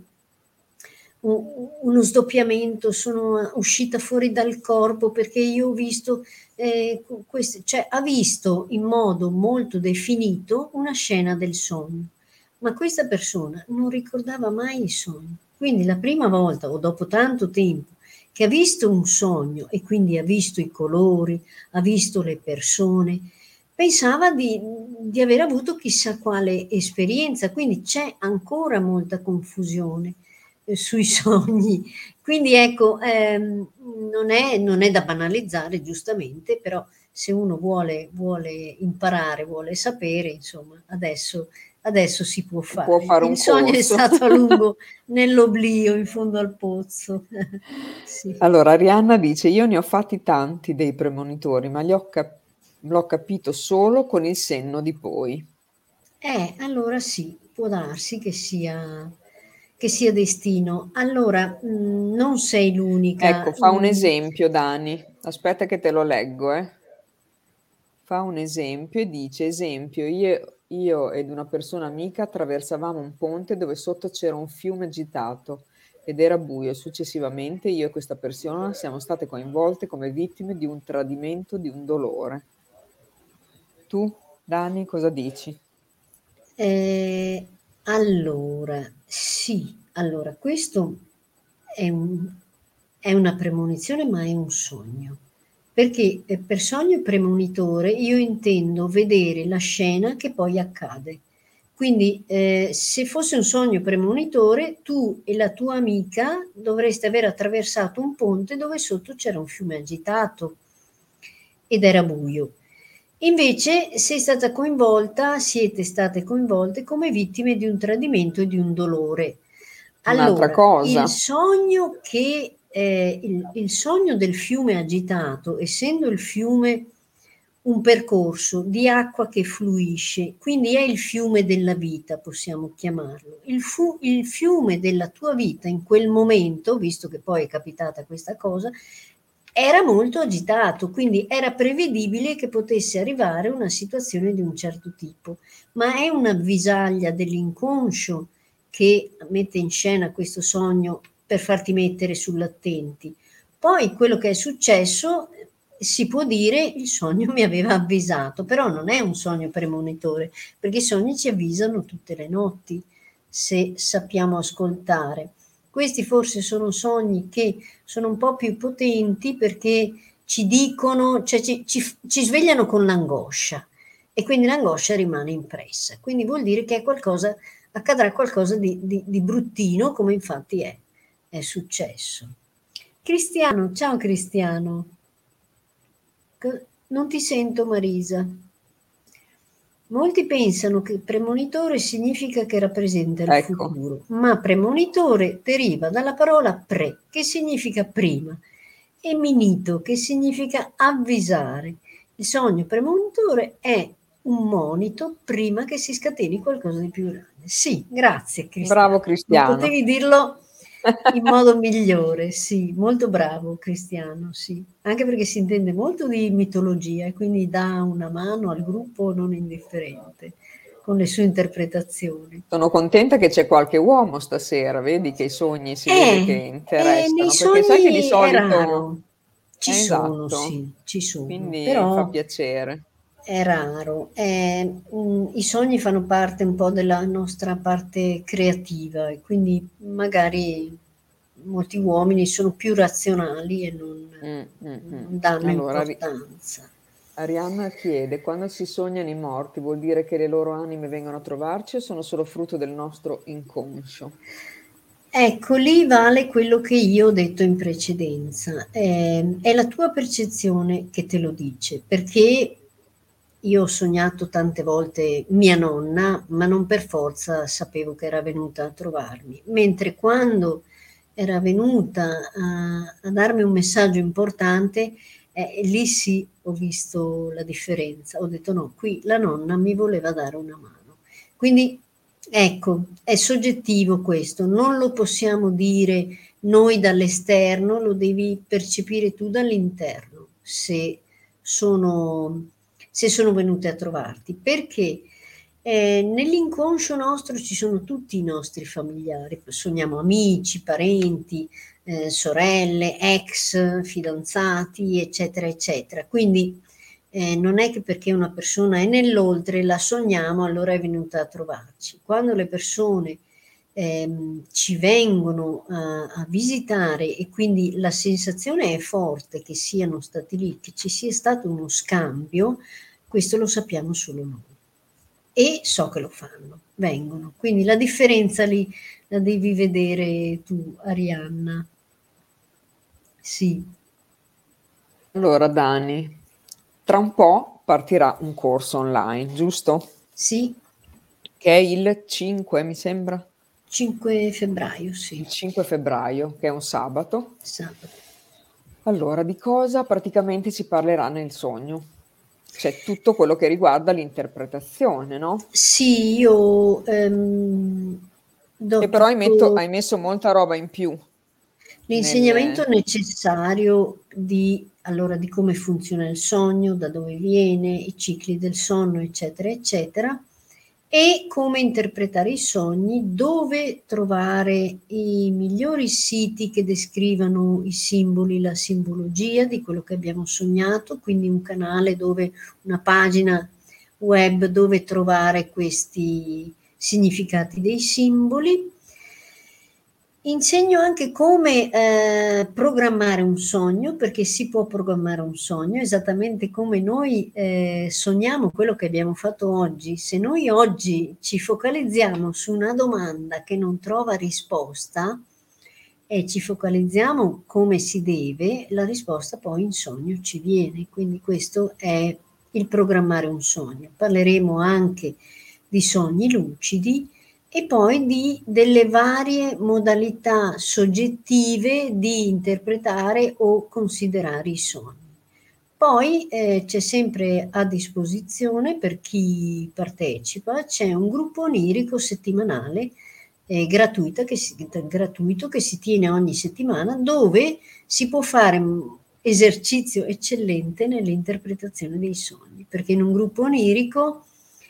uno sdoppiamento, sono uscita fuori dal corpo perché io ho visto, eh, queste, cioè ha visto in modo molto definito una scena del sogno, ma questa persona non ricordava mai i sogni. Quindi la prima volta o dopo tanto tempo che ha visto un sogno e quindi ha visto i colori, ha visto le persone, pensava di, di aver avuto chissà quale esperienza, quindi c'è ancora molta confusione sui sogni. Quindi ecco, ehm, non, è, non è da banalizzare, giustamente, però se uno vuole, vuole imparare, vuole sapere, insomma, adesso, adesso si può Può fare. fare un Il sogno è corso. stato a lungo nell'oblio, in fondo al pozzo. Sì. Allora, Arianna dice, io ne ho fatti tanti dei premonitori, ma li ho cap- l'ho capito solo con il senno di poi. Eh, allora sì, può darsi che sia, che sia destino. Allora, mh, non sei Ecco, l'unica. fa un mh, esempio, Dani. Aspetta che te lo leggo, eh. Fa un esempio e dice, esempio, io, io ed una persona amica attraversavamo un ponte dove sotto c'era un fiume agitato ed era buio. Successivamente io e questa persona siamo state coinvolte come vittime di un tradimento, di un dolore. Tu, Dani, cosa dici? Eh, allora, sì, allora questo è, un- è una premonizione, ma è un sogno. Perché eh, per sogno premonitore io intendo vedere la scena che poi accade. Quindi, eh, se fosse un sogno premonitore, tu e la tua amica dovreste aver attraversato un ponte dove sotto c'era un fiume agitato ed era buio. Invece sei stata coinvolta, siete state coinvolte come vittime di un tradimento e di un dolore. Un'altra Allora, il cosa, sogno che eh, il, il sogno del fiume agitato, essendo il fiume un percorso di acqua che fluisce, quindi è il fiume della vita, possiamo chiamarlo. Il, fu, il fiume della tua vita in quel momento, visto che poi è capitata questa cosa, era molto agitato, quindi era prevedibile che potesse arrivare una situazione di un certo tipo, ma è una avvisaglia dell'inconscio che mette in scena questo sogno per farti mettere sull'attenti. Poi quello che è successo si può dire il sogno mi aveva avvisato, però non è un sogno premonitore, perché i sogni ci avvisano tutte le notti se sappiamo ascoltare. Questi forse sono sogni che sono un po' più potenti perché ci dicono, cioè ci, ci, ci svegliano con l'angoscia e quindi l'angoscia rimane impressa. Quindi vuol dire che è qualcosa, accadrà qualcosa di, di, di bruttino, come infatti è, è successo. Cristiano, ciao Cristiano. Non ti sento, Marisa. Molti pensano che premonitore significa che rappresenta il ecco, futuro, ma premonitore deriva dalla parola pre, che significa prima, e minito, che significa avvisare. Il sogno premonitore è un monito prima che si scateni qualcosa di più grande. Sì, grazie bravo Cristiano. Non Cristiano. potevi dirlo in modo migliore, sì, molto bravo Cristiano, sì, anche perché si intende molto di mitologia e quindi dà una mano al gruppo non indifferente con le sue interpretazioni. Sono contenta che c'è qualche uomo stasera, vedi che i sogni si vede che Eh, eh, nei interessano, perché sai che di sogni è solito raro, ci è sono, esatto, sì, ci sono, quindi fa però piacere. è raro. È, mm, i sogni fanno parte un po' della nostra parte creativa e quindi magari molti uomini sono più razionali e non, Mm, mm, mm. non danno Allora, Ari- importanza. Arianna chiede, quando si sognano i morti, vuol dire che le loro anime vengono a trovarci o sono solo frutto del nostro inconscio? Ecco, lì vale quello che io ho detto in precedenza. Ehm, è la tua percezione che te lo dice, perché io ho sognato tante volte mia nonna, ma non per forza sapevo che era venuta a trovarmi. Mentre quando era venuta a, a darmi un messaggio importante, eh, lì sì ho visto la differenza. Ho detto no, qui la nonna mi voleva dare una mano. Quindi ecco, è soggettivo questo, non lo possiamo dire noi dall'esterno, lo devi percepire tu dall'interno, se sono, se sono venute a trovarti, perché eh, nell'inconscio nostro ci sono tutti i nostri familiari, sogniamo amici, parenti, eh, sorelle, ex, fidanzati, eccetera, eccetera. Quindi eh, non è che perché una persona è nell'oltre la sogniamo, allora è venuta a trovarci. Quando le persone ehm, ci vengono a, a visitare e quindi la sensazione è forte che siano stati lì, che ci sia stato uno scambio, questo lo sappiamo solo noi. E so che lo fanno, vengono. Quindi la differenza lì la devi vedere tu, Arianna. Sì. Allora, Dani, tra un po' partirà un corso online, giusto? Sì, Che è il cinque, mi sembra? cinque febbraio, sì, Il cinque febbraio, che è un sabato. sabato. Allora, di cosa praticamente si parlerà nel sogno? C'è tutto quello che riguarda l'interpretazione, no? Sì, io ehm, do Che però hai, metto- tutto hai messo molta roba in più l'insegnamento nel... necessario di, allora, di come funziona il sogno, da dove viene, i cicli del sonno, eccetera, eccetera, e come interpretare i sogni, dove trovare i migliori siti che descrivano i simboli, la simbologia di quello che abbiamo sognato, quindi un canale dove, una pagina web dove trovare questi significati dei simboli. Insegno anche come eh, programmare un sogno, perché si può programmare un sogno esattamente come noi eh, sogniamo quello che abbiamo fatto oggi. Se noi oggi ci focalizziamo su una domanda che non trova risposta e ci focalizziamo come si deve, la risposta poi in sogno ci viene. Quindi questo è il programmare un sogno. Parleremo anche di sogni lucidi e poi di, delle varie modalità soggettive di interpretare o considerare i sogni. Poi eh, c'è sempre a disposizione per chi partecipa, c'è un gruppo onirico settimanale eh, gratuita che si, gratuito che si tiene ogni settimana, dove si può fare un esercizio eccellente nell'interpretazione dei sogni, perché in un gruppo onirico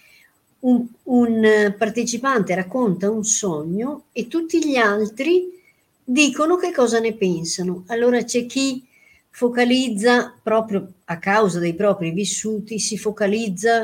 un, un partecipante racconta un sogno e tutti gli altri dicono che cosa ne pensano. Allora c'è chi focalizza proprio a causa dei propri vissuti, si focalizza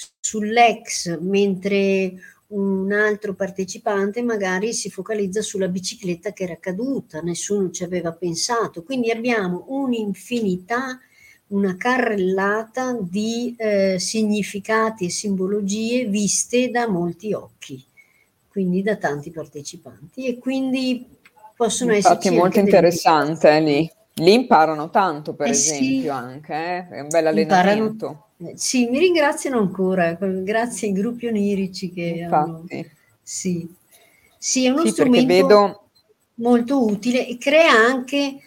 sull'ex, mentre un altro partecipante magari si focalizza sulla bicicletta che era caduta, nessuno ci aveva pensato. Quindi abbiamo un'infinità, una carrellata di eh, significati e simbologie viste da molti occhi, quindi da tanti partecipanti, e quindi possono Infatti è esserci molto anche delle interessante, eh, distrazioni. lì. Lì imparano tanto, per Eh esempio, sì, anche, eh? È un bel imparano. allenamento. Eh, sì, mi ringraziano ancora, grazie ai gruppi onirici che hanno. Infatti. Sì, sì, è uno Sì, perché strumento vedo... molto utile e crea anche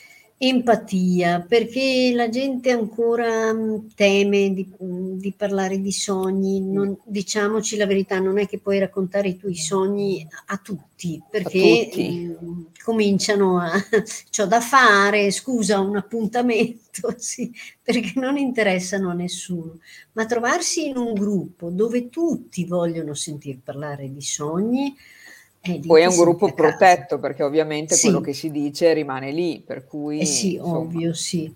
empatia, perché la gente ancora mh, teme di, mh, di parlare di sogni. Non, diciamoci la verità, non è che puoi raccontare i tuoi sogni a, a tutti, A perché tutti. mh, cominciano a, c'ho da fare, scusa, un appuntamento, sì, perché non interessano a nessuno. Ma trovarsi in un gruppo dove tutti vogliono sentir parlare di sogni, è lì Poi è ti un senti gruppo a casa. protetto, perché ovviamente quello Sì, che si dice rimane lì, per eh cui, sì, insomma... ovvio, sì.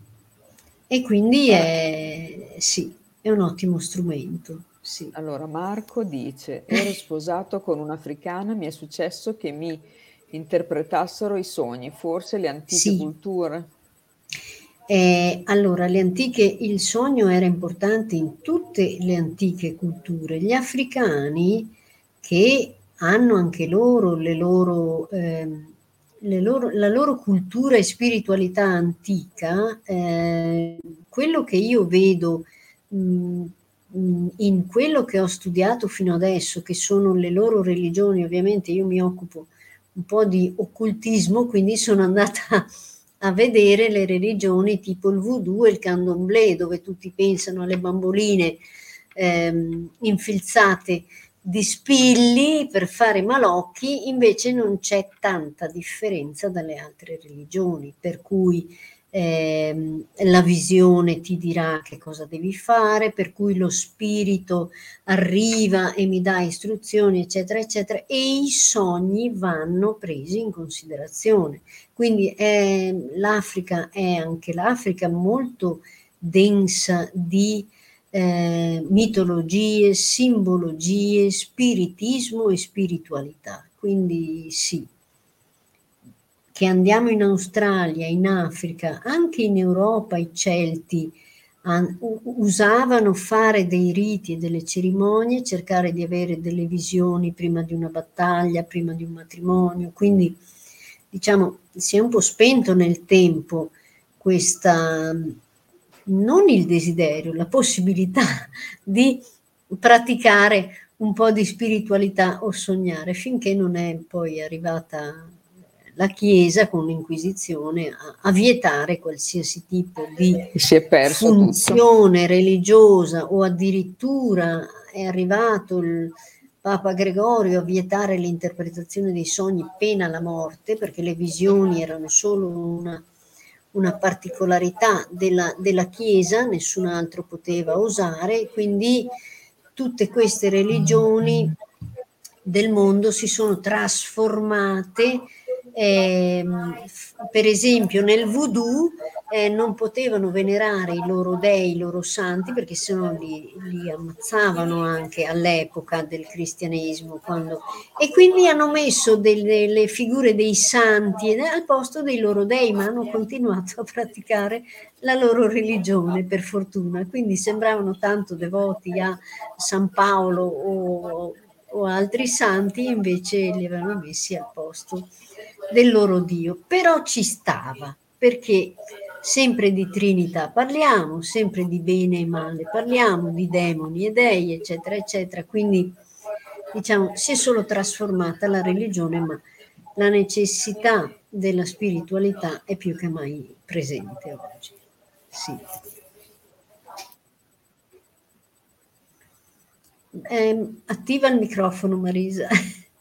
E quindi Allora, è, sì, è un ottimo strumento, sì. allora, Marco dice, ero sposato con un'africana, mi è successo che mi interpretassero i sogni, forse le antiche Sì. culture. Eh, allora, le antiche, il sogno era importante in tutte le antiche culture. Gli africani che hanno anche loro le loro, ehm, le loro la loro cultura e spiritualità antica. Eh, quello che io vedo mh, mh, in quello che ho studiato fino adesso, che sono le loro religioni, ovviamente io mi occupo un po' di occultismo, quindi sono andata a vedere le religioni tipo il voodoo e il candomblé, dove tutti pensano alle bamboline ehm, infilzate di spilli per fare malocchi. Invece non c'è tanta differenza dalle altre religioni, per cui ehm, la visione ti dirà che cosa devi fare, per cui lo spirito arriva e mi dà istruzioni, eccetera, eccetera, e i sogni vanno presi in considerazione. Quindi eh, l'Africa è anche l'Africa molto densa di eh, mitologie, simbologie, spiritismo e spiritualità. Quindi sì, che andiamo in Australia, in Africa, anche in Europa i Celti an- usavano fare dei riti e delle cerimonie, cercare di avere delle visioni prima di una battaglia, prima di un matrimonio. Quindi diciamo si è un po' spento nel tempo questa, non il desiderio, la possibilità di praticare un po' di spiritualità o sognare, finché non è poi arrivata la Chiesa con l'Inquisizione a, a vietare qualsiasi tipo di Si è perso tutto. funzione religiosa, o addirittura è arrivato il Papa Gregorio a vietare l'interpretazione dei sogni pena la morte, perché le visioni erano solo una, una particolarità della, della Chiesa, nessun altro poteva osare. Quindi tutte queste religioni del mondo si sono trasformate. Eh, per esempio nel voodoo eh, non potevano venerare i loro dei, i loro santi, perché sennò li, li ammazzavano anche all'epoca del cristianesimo, quando... e quindi hanno messo delle, delle figure dei santi al posto dei loro dei, ma hanno continuato a praticare la loro religione, per fortuna. Quindi sembravano tanto devoti a San Paolo o, o altri santi, invece li avevano messi al posto del loro Dio. Però ci stava, perché sempre di Trinità parliamo, sempre di bene e male parliamo, di demoni e dei, eccetera, eccetera. Quindi diciamo si è solo trasformata la religione, ma la necessità della spiritualità è più che mai presente oggi. Sì. Eh, attiva il microfono, Marisa.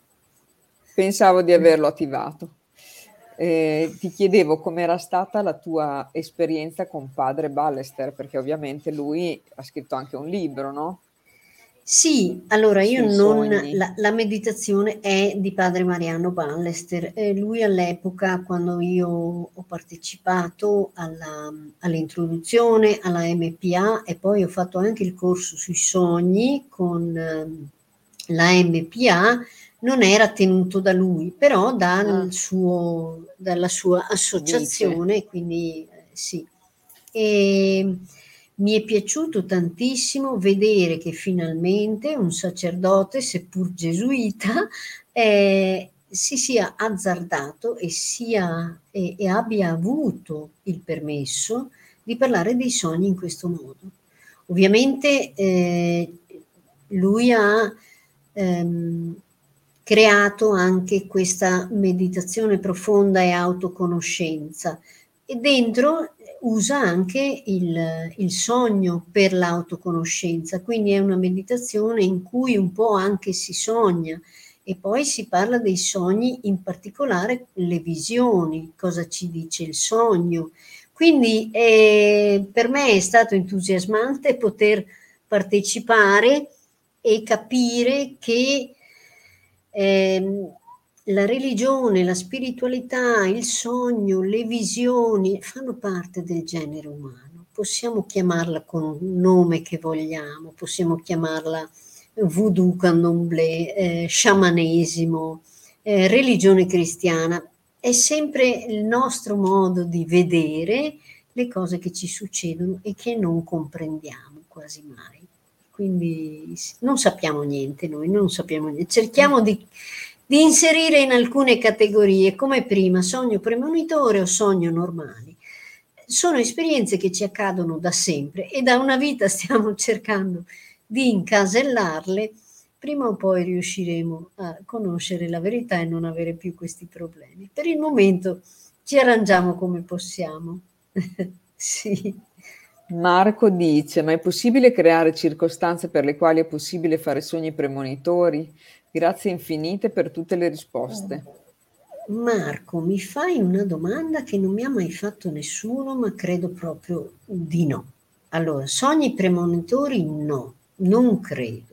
Pensavo di averlo attivato. Eh, ti chiedevo com'era stata la tua esperienza con padre Ballester, perché ovviamente lui ha scritto anche un libro, no? Sì, allora io Sui non... sogni. La, la meditazione è di padre Mariano Ballester. Eh, lui all'epoca, quando io ho partecipato alla, all'introduzione alla M P A, e poi ho fatto anche il corso sui sogni con ehm, la M P A, non era tenuto da lui, però dal Ah, suo, dalla sua vice. associazione, quindi eh, sì. E mi è piaciuto tantissimo vedere che finalmente un sacerdote, seppur gesuita, eh, si sia azzardato e, sia, e, e abbia avuto il permesso di parlare dei sogni in questo modo. Ovviamente eh, lui ha ehm, creato anche questa meditazione profonda e autoconoscenza, e dentro usa anche il, il sogno per l'autoconoscenza, quindi è una meditazione in cui un po' anche si sogna, e poi si parla dei sogni, in particolare le visioni, cosa ci dice il sogno. Quindi eh, per me è stato entusiasmante poter partecipare e capire che ehm, la religione, la spiritualità, il sogno, le visioni fanno parte del genere umano. Possiamo chiamarla con un nome che vogliamo, possiamo chiamarla voodoo, candomblé, eh, sciamanesimo, eh, religione cristiana. È sempre il nostro modo di vedere le cose che ci succedono e che non comprendiamo quasi mai. quindi non sappiamo niente noi, non sappiamo niente. Cerchiamo di, di inserire in alcune categorie, come prima, sogno premonitore o sogno normali. Sono esperienze che ci accadono da sempre e da una vita stiamo cercando di incasellarle. Prima o poi riusciremo a conoscere la verità e non avere più questi problemi. Per il momento ci arrangiamo come possiamo. Sì. Marco dice: ma è possibile creare circostanze per le quali è possibile fare sogni premonitori? Grazie infinite per tutte le risposte. Marco, mi fai una domanda che non mi ha mai fatto nessuno, ma credo proprio di no. Allora, sogni premonitori no, non credo.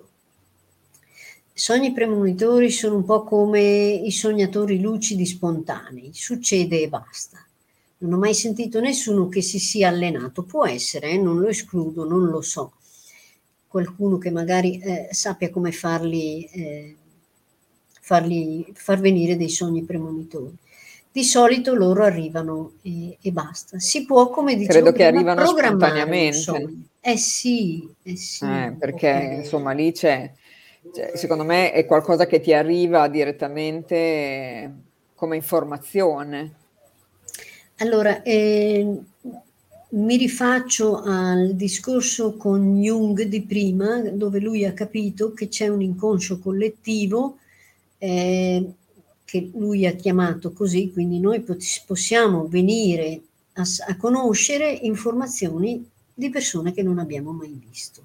Sogni premonitori sono un po' come i sognatori lucidi spontanei, succede e basta. Non ho mai sentito nessuno che si sia allenato, può essere, eh, non lo escludo, non lo so. Qualcuno che magari eh, sappia come farli, eh, farli, far venire dei sogni premonitori. Di solito loro arrivano e, e basta. Si può, come dicevo Credo che prima, arrivano programmare un spontaneamente. sogno. Eh sì, eh sì. Eh, perché insomma lì c'è, c'è, secondo me è qualcosa che ti arriva direttamente come informazione. Allora, eh, mi rifaccio al discorso con Jung di prima, dove lui ha capito che c'è un inconscio collettivo eh, che lui ha chiamato così, quindi noi pot- possiamo venire a, a conoscere informazioni di persone che non abbiamo mai visto.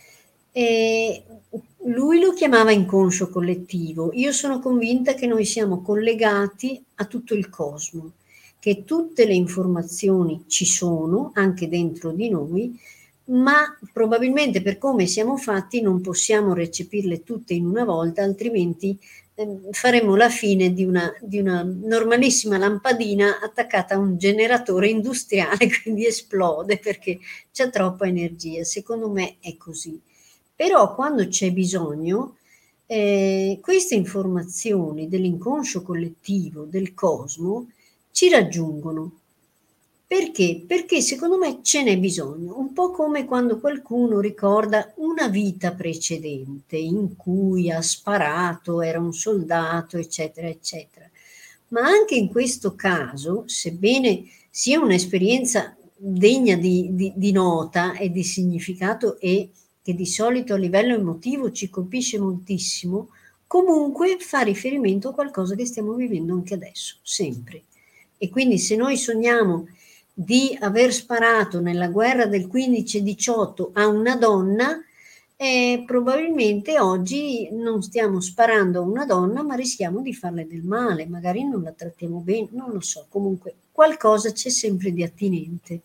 E lui lo chiamava inconscio collettivo. Io sono convinta che noi siamo collegati a tutto il cosmo, che tutte le informazioni ci sono anche dentro di noi, ma probabilmente per come siamo fatti non possiamo recepirle tutte in una volta, altrimenti eh, faremo la fine di una, di una normalissima lampadina attaccata a un generatore industriale, quindi esplode perché c'è troppa energia. Secondo me è così. Però quando c'è bisogno, eh, queste informazioni dell'inconscio collettivo, del cosmo, ci raggiungono. Perché? Perché secondo me ce n'è bisogno, un po' come quando qualcuno ricorda una vita precedente in cui ha sparato, era un soldato, eccetera, eccetera. Ma anche in questo caso, sebbene sia un'esperienza degna di, di, di nota e di significato e che di solito a livello emotivo ci colpisce moltissimo, comunque fa riferimento a qualcosa che stiamo vivendo anche adesso, sempre. E quindi se noi sogniamo di aver sparato nella guerra del quindici diciotto a una donna, eh, probabilmente oggi non stiamo sparando a una donna, ma rischiamo di farle del male, magari non la trattiamo bene, non lo so, comunque qualcosa c'è sempre di attinente.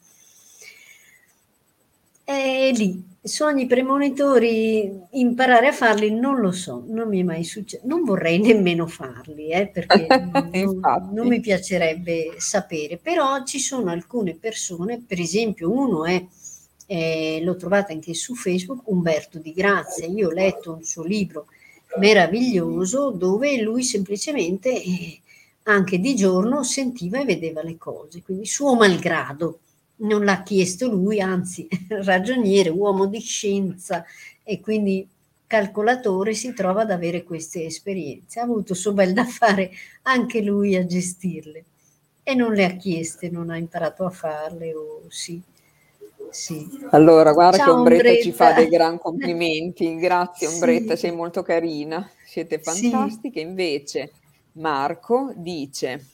E lì, sogni premonitori, imparare a farli, non lo so, non mi è mai successo, non vorrei nemmeno farli, eh, perché non, non mi piacerebbe sapere, però ci sono alcune persone, per esempio uno è, eh, l'ho trovata anche su Facebook, Umberto Di Grazia, io ho letto un suo libro meraviglioso dove lui semplicemente, eh, anche di giorno, sentiva e vedeva le cose, quindi suo malgrado. Non l'ha chiesto lui, anzi, ragioniere, uomo di scienza e quindi calcolatore, si trova ad avere queste esperienze. Ha avuto suo bel da fare anche lui a gestirle e non le ha chieste, non ha imparato a farle o sì. Sì. Allora, guarda che Ciao, Ombretta Ombretta. ci fa dei gran complimenti. Grazie Ombretta, Sì. sei molto carina, siete fantastiche. Sì. Invece Marco dice: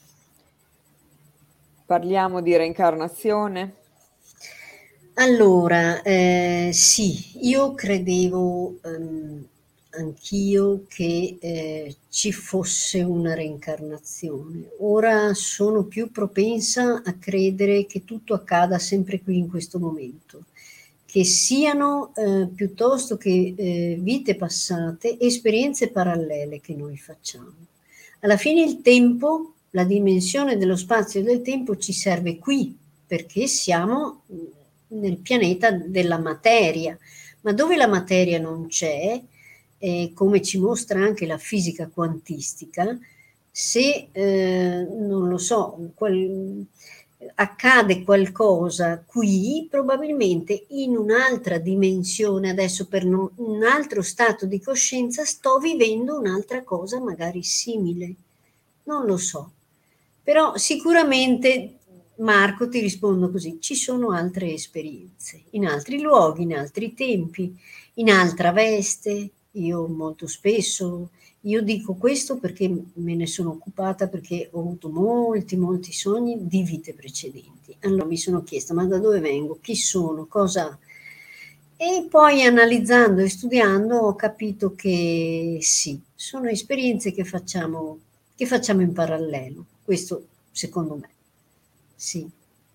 parliamo di reincarnazione? Allora, eh, sì, io credevo ehm, anch'io che eh, ci fosse una reincarnazione. Ora sono più propensa a credere che tutto accada sempre qui in questo momento, che siano eh, piuttosto che eh, vite passate, esperienze parallele che noi facciamo. Alla fine il tempo, la dimensione dello spazio e del tempo ci serve qui, perché siamo nel pianeta della materia, ma dove la materia non c'è, eh, come ci mostra anche la fisica quantistica, se, eh, non lo so, quel, accade qualcosa qui, probabilmente in un'altra dimensione, adesso per non, un altro stato di coscienza, sto vivendo un'altra cosa magari simile. Non lo so. Però sicuramente, Marco, ti rispondo così, ci sono altre esperienze, in altri luoghi, in altri tempi, in altra veste. Io molto spesso, io dico questo perché me ne sono occupata, perché ho avuto molti, molti sogni di vite precedenti. Allora mi sono chiesta, ma da dove vengo? Chi sono? Cosa... E poi analizzando e studiando ho capito che sì, sono esperienze che facciamo, che facciamo in parallelo. Questo secondo me, sì.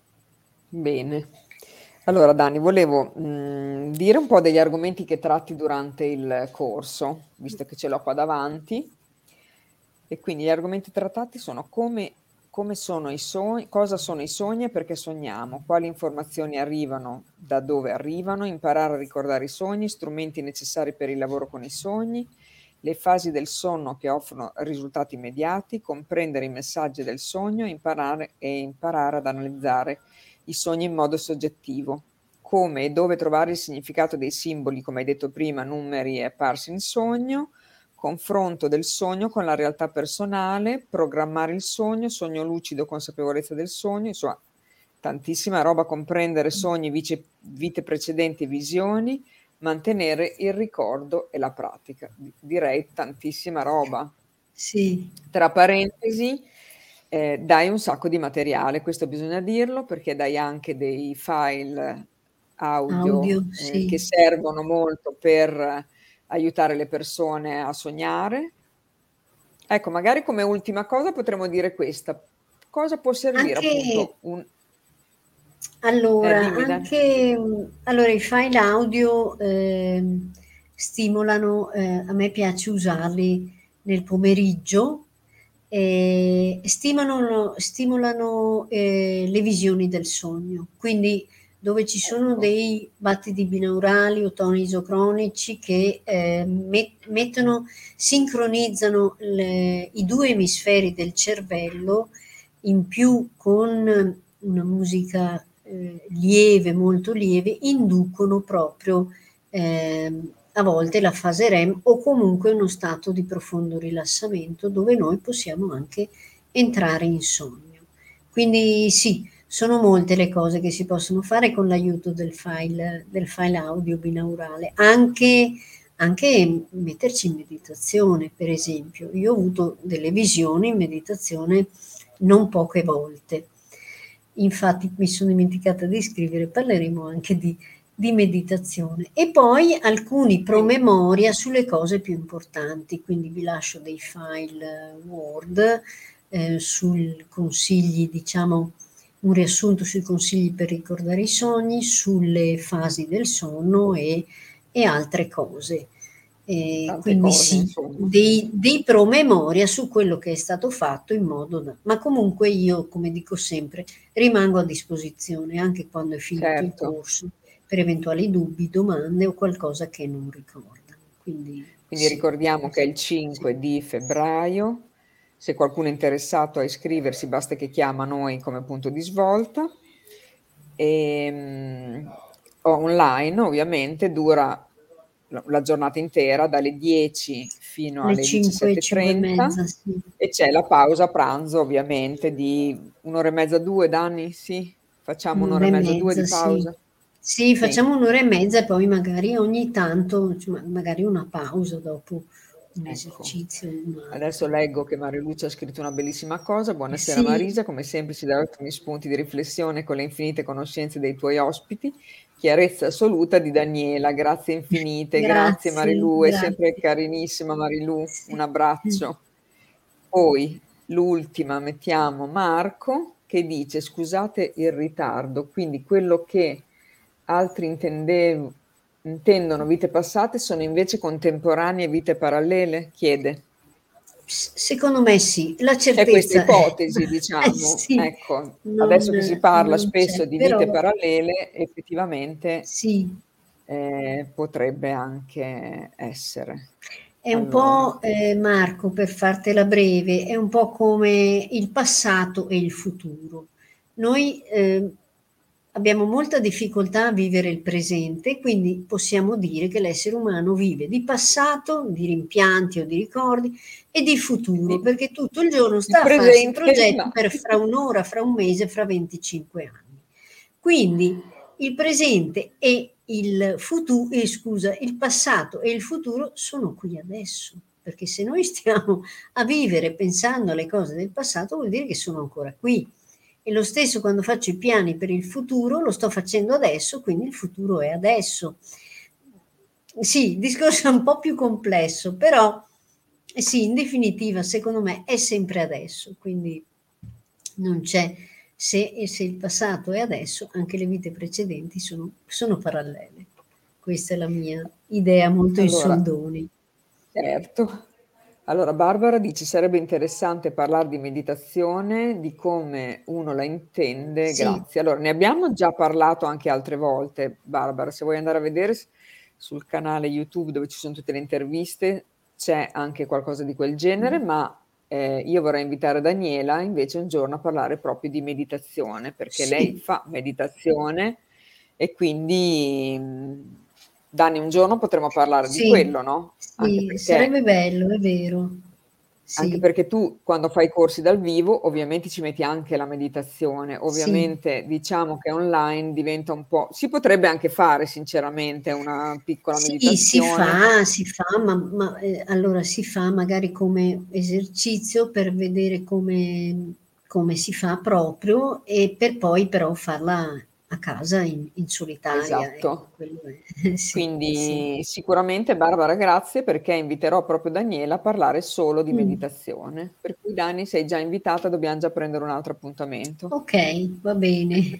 Bene. Allora Dani, volevo mh, dire un po' degli argomenti che tratti durante il corso, visto che ce l'ho qua davanti. E quindi gli argomenti trattati sono come, come sono i sogni, cosa sono i sogni e perché sogniamo, quali informazioni arrivano, da dove arrivano, imparare a ricordare i sogni, strumenti necessari per il lavoro con i sogni, le fasi del sonno che offrono risultati immediati, comprendere i messaggi del sogno, imparare e imparare ad analizzare i sogni in modo soggettivo, come e dove trovare il significato dei simboli, come hai detto prima, numeri apparsi in sogno, confronto del sogno con la realtà personale, programmare il sogno, sogno lucido, consapevolezza del sogno, insomma, tantissima roba, comprendere sogni, vice, vite precedenti e visioni, mantenere il ricordo e la pratica. Direi tantissima roba. Sì. Tra parentesi, eh, dai un sacco di materiale, questo bisogna dirlo, perché dai anche dei file audio, Audio, eh, sì. che servono molto per aiutare le persone a sognare. Ecco, magari come ultima cosa potremmo dire questa. Cosa può servire Anche, appunto un... Eh, allora, dimmi, Dani. anche, allora, i file audio ehm, stimolano, eh, a me piace usarli nel pomeriggio, eh, stimolano, stimolano eh, le visioni del sogno, quindi dove ci sono Ecco. dei battiti binaurali o toni isocronici che eh, met- mettono, sincronizzano le- i due emisferi del cervello, in più con una musica eh, lieve, molto lieve, inducono proprio ehm, a volte la fase REM o comunque uno stato di profondo rilassamento dove noi possiamo anche entrare in sogno. Quindi sì, sono molte le cose che si possono fare con l'aiuto del file, del file audio binaurale, anche, anche metterci in meditazione, per esempio. Io ho avuto delle visioni in meditazione non poche volte. Infatti mi sono dimenticata di scrivere, parleremo anche di, di meditazione. E poi alcuni Quindi, promemoria sulle cose più importanti, quindi vi lascio dei file Word eh, sui consigli, diciamo, un riassunto sui consigli per ricordare i sogni, sulle fasi del sonno e, e altre cose. E tante quindi cose, sì, insomma. dei, dei promemoria su quello che è stato fatto in modo da... Ma comunque io, come dico sempre, rimango a disposizione anche quando è finito il Certo. corso per eventuali dubbi, domande o qualcosa che non ricordano. Quindi Quindi sì, ricordiamo che è il sì. cinque di febbraio. Se qualcuno è interessato a iscriversi, basta che chiama noi come punto di svolta. E, mh, online, ovviamente, dura la la giornata intera, dalle dieci fino Alle alle cinque, cinque e diciassette e trenta, mezza, sì. e c'è la pausa pranzo, ovviamente, di un'ora e mezza, due, Danni? Sì? Facciamo un'ora Un'ora e e mezza, due mezza, di sì. pausa? Sì, Sì. facciamo un'ora e mezza e poi magari ogni tanto, insomma, magari una pausa dopo un Ecco, esercizio o un adesso altro. leggo che Mariluccia ha scritto una bellissima cosa. Eh Buonasera sì, Marisa, come sempre ci dai ottimi spunti di riflessione con le infinite conoscenze dei tuoi ospiti. Chiarezza assoluta di Daniela, grazie infinite, grazie grazie, Marilu, è sempre grazie. carinissima Marilu, un Sì. abbraccio. Poi l'ultima mettiamo Marco che dice scusate il ritardo, quindi quello che altri intendevo, intendono vite passate sono invece contemporanee vite parallele? Chiede. S- Secondo me sì, la C'è questa certezza ipotesi, eh diciamo, sì, ecco, non, adesso che si parla non c'è, spesso di vite però parallele, effettivamente sì. eh, potrebbe anche essere. È un Allora, po', eh, Marco, per fartela breve, è un po' come il passato e il futuro. noi, ehm, abbiamo molta difficoltà a vivere il presente, quindi possiamo dire che l'essere umano vive di passato, di rimpianti o di ricordi e di futuro, Quindi perché tutto il giorno il sta a farsi presente progetti ma per fra un ora, fra un mese, fra venticinque anni. Quindi il presente e il futu ehm, scusa, il passato e il futuro sono qui adesso, perché se noi stiamo a vivere pensando alle cose del passato vuol dire che sono ancora qui. E lo stesso quando faccio i piani per il futuro, lo sto facendo adesso, quindi il futuro è adesso. Sì, il discorso è un po' più complesso, però eh sì, in definitiva secondo me è sempre adesso, quindi non c'è se e se il passato è adesso, anche le vite precedenti sono sono parallele. Questa è la mia idea molto in allora soldoni. certo. Allora Barbara dice: "Sarebbe interessante parlar di meditazione, di come uno la intende, Sì. grazie." Allora, ne abbiamo già parlato anche altre volte, Barbara, se vuoi andare a vedere s sul canale YouTube dove ci son tutte le interviste, c'è anche qualcosa di quel genere, Mh. ma, ehm, io vorrei invitare Daniela invece un giorno a parlare proprio di meditazione, perché lei Sì. fa meditazione e quindi, mhmm, Dani, un giorno potremmo parlare di Sì, quello, no, anche sì, perché sarebbe bello, è vero. anche Sì, perché tu quando fai i corsi dal vivo, ovviamente ci metti anche la meditazione. sì. Ovviamente diciamo che online diventa un po' si potrebbe anche fare sinceramente una piccola Sì, si meditazione. fa, si fa, ma ma, ehm, allora si fa magari come esercizio per vedere come come si fa proprio e per poi però farla a casa in in solitaria, ecco, Esatto. quello è sì, sì. Quindi sicuramente Barbara grazie perché inviterò proprio Daniela a parlare solo di Mh. meditazione. Per cui Dani sei già invitata, dobbiam già prendere un altro appuntamento. Okay, va bene.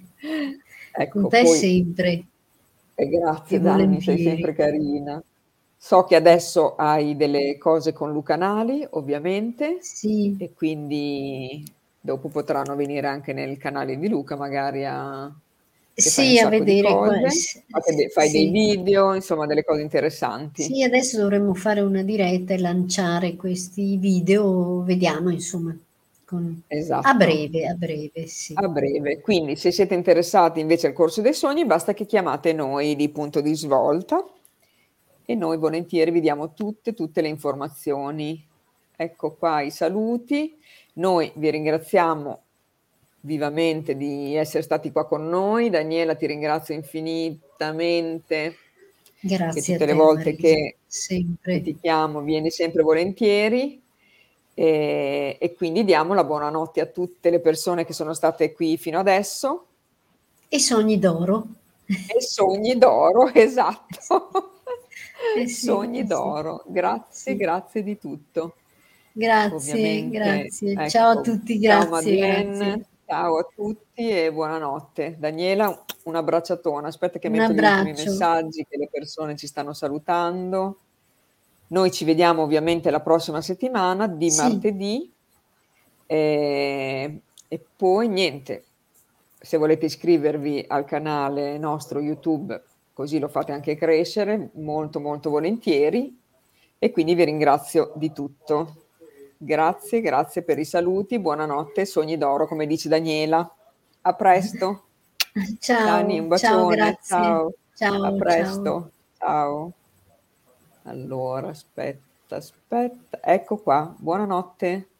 Con Ecco, te poi sempre e e grazie Dani, sei volentieri. sempre carina. So che adesso hai delle cose con Luca Nali, ovviamente, Sì. e quindi dopo potranno venire anche nel canale di Luca magari a che fai un Sì, a sacco di vedere qua cose, s fate de fai dei sì. video, insomma delle cose interessanti. Sì, adesso dovremmo fare una diretta e lanciare questi video, vediamo insomma, con a Esatto, breve, a breve, sì. a breve. Quindi se siete interessati invece al corso dei sogni basta che chiamate noi di Punto di Svolta e noi volentieri vi diamo tutte, tutte le informazioni. Ecco qua i saluti. Noi vi ringraziamo vivamente di essere stati qua con noi. Daniela, ti ringrazio infinitamente che Grazie a tutte le te volte Marisa, che che sempre. ti chiamo vieni sempre volentieri, ehm, e quindi diamo la buonanotte a tutte le persone che sono state qui fino adesso. E sogni d'oro. E sogni d'oro, esatto. Eh sì, Sogni eh sì. d'oro. Grazie, Sì. grazie di tutto. Grazie, Ovviamente grazie. Ciao a ecco, tutti, ciao grazie, grazie. Madeleine, ciao a tutti e buonanotte. Daniela, un abbracciatone. Aspetta che Un metto gli ultimi abbraccio. messaggi che le persone ci stanno salutando. Noi ci vediamo ovviamente la prossima settimana di Sì. martedì, ehm, e poi niente, se volete iscrivervi al canale nostro YouTube, così lo fate anche crescere, molto, molto volentieri. E quindi vi ringrazio di tutto. Grazie, grazie per i saluti, buonanotte, sogni d'oro, come dice Daniela. A presto. Dani, un Ciao, ciao, bacione, grazie. ciao. A Ciao, ciao. presto. Ciao. Allora, aspetta, aspetta. Ecco qua, buonanotte.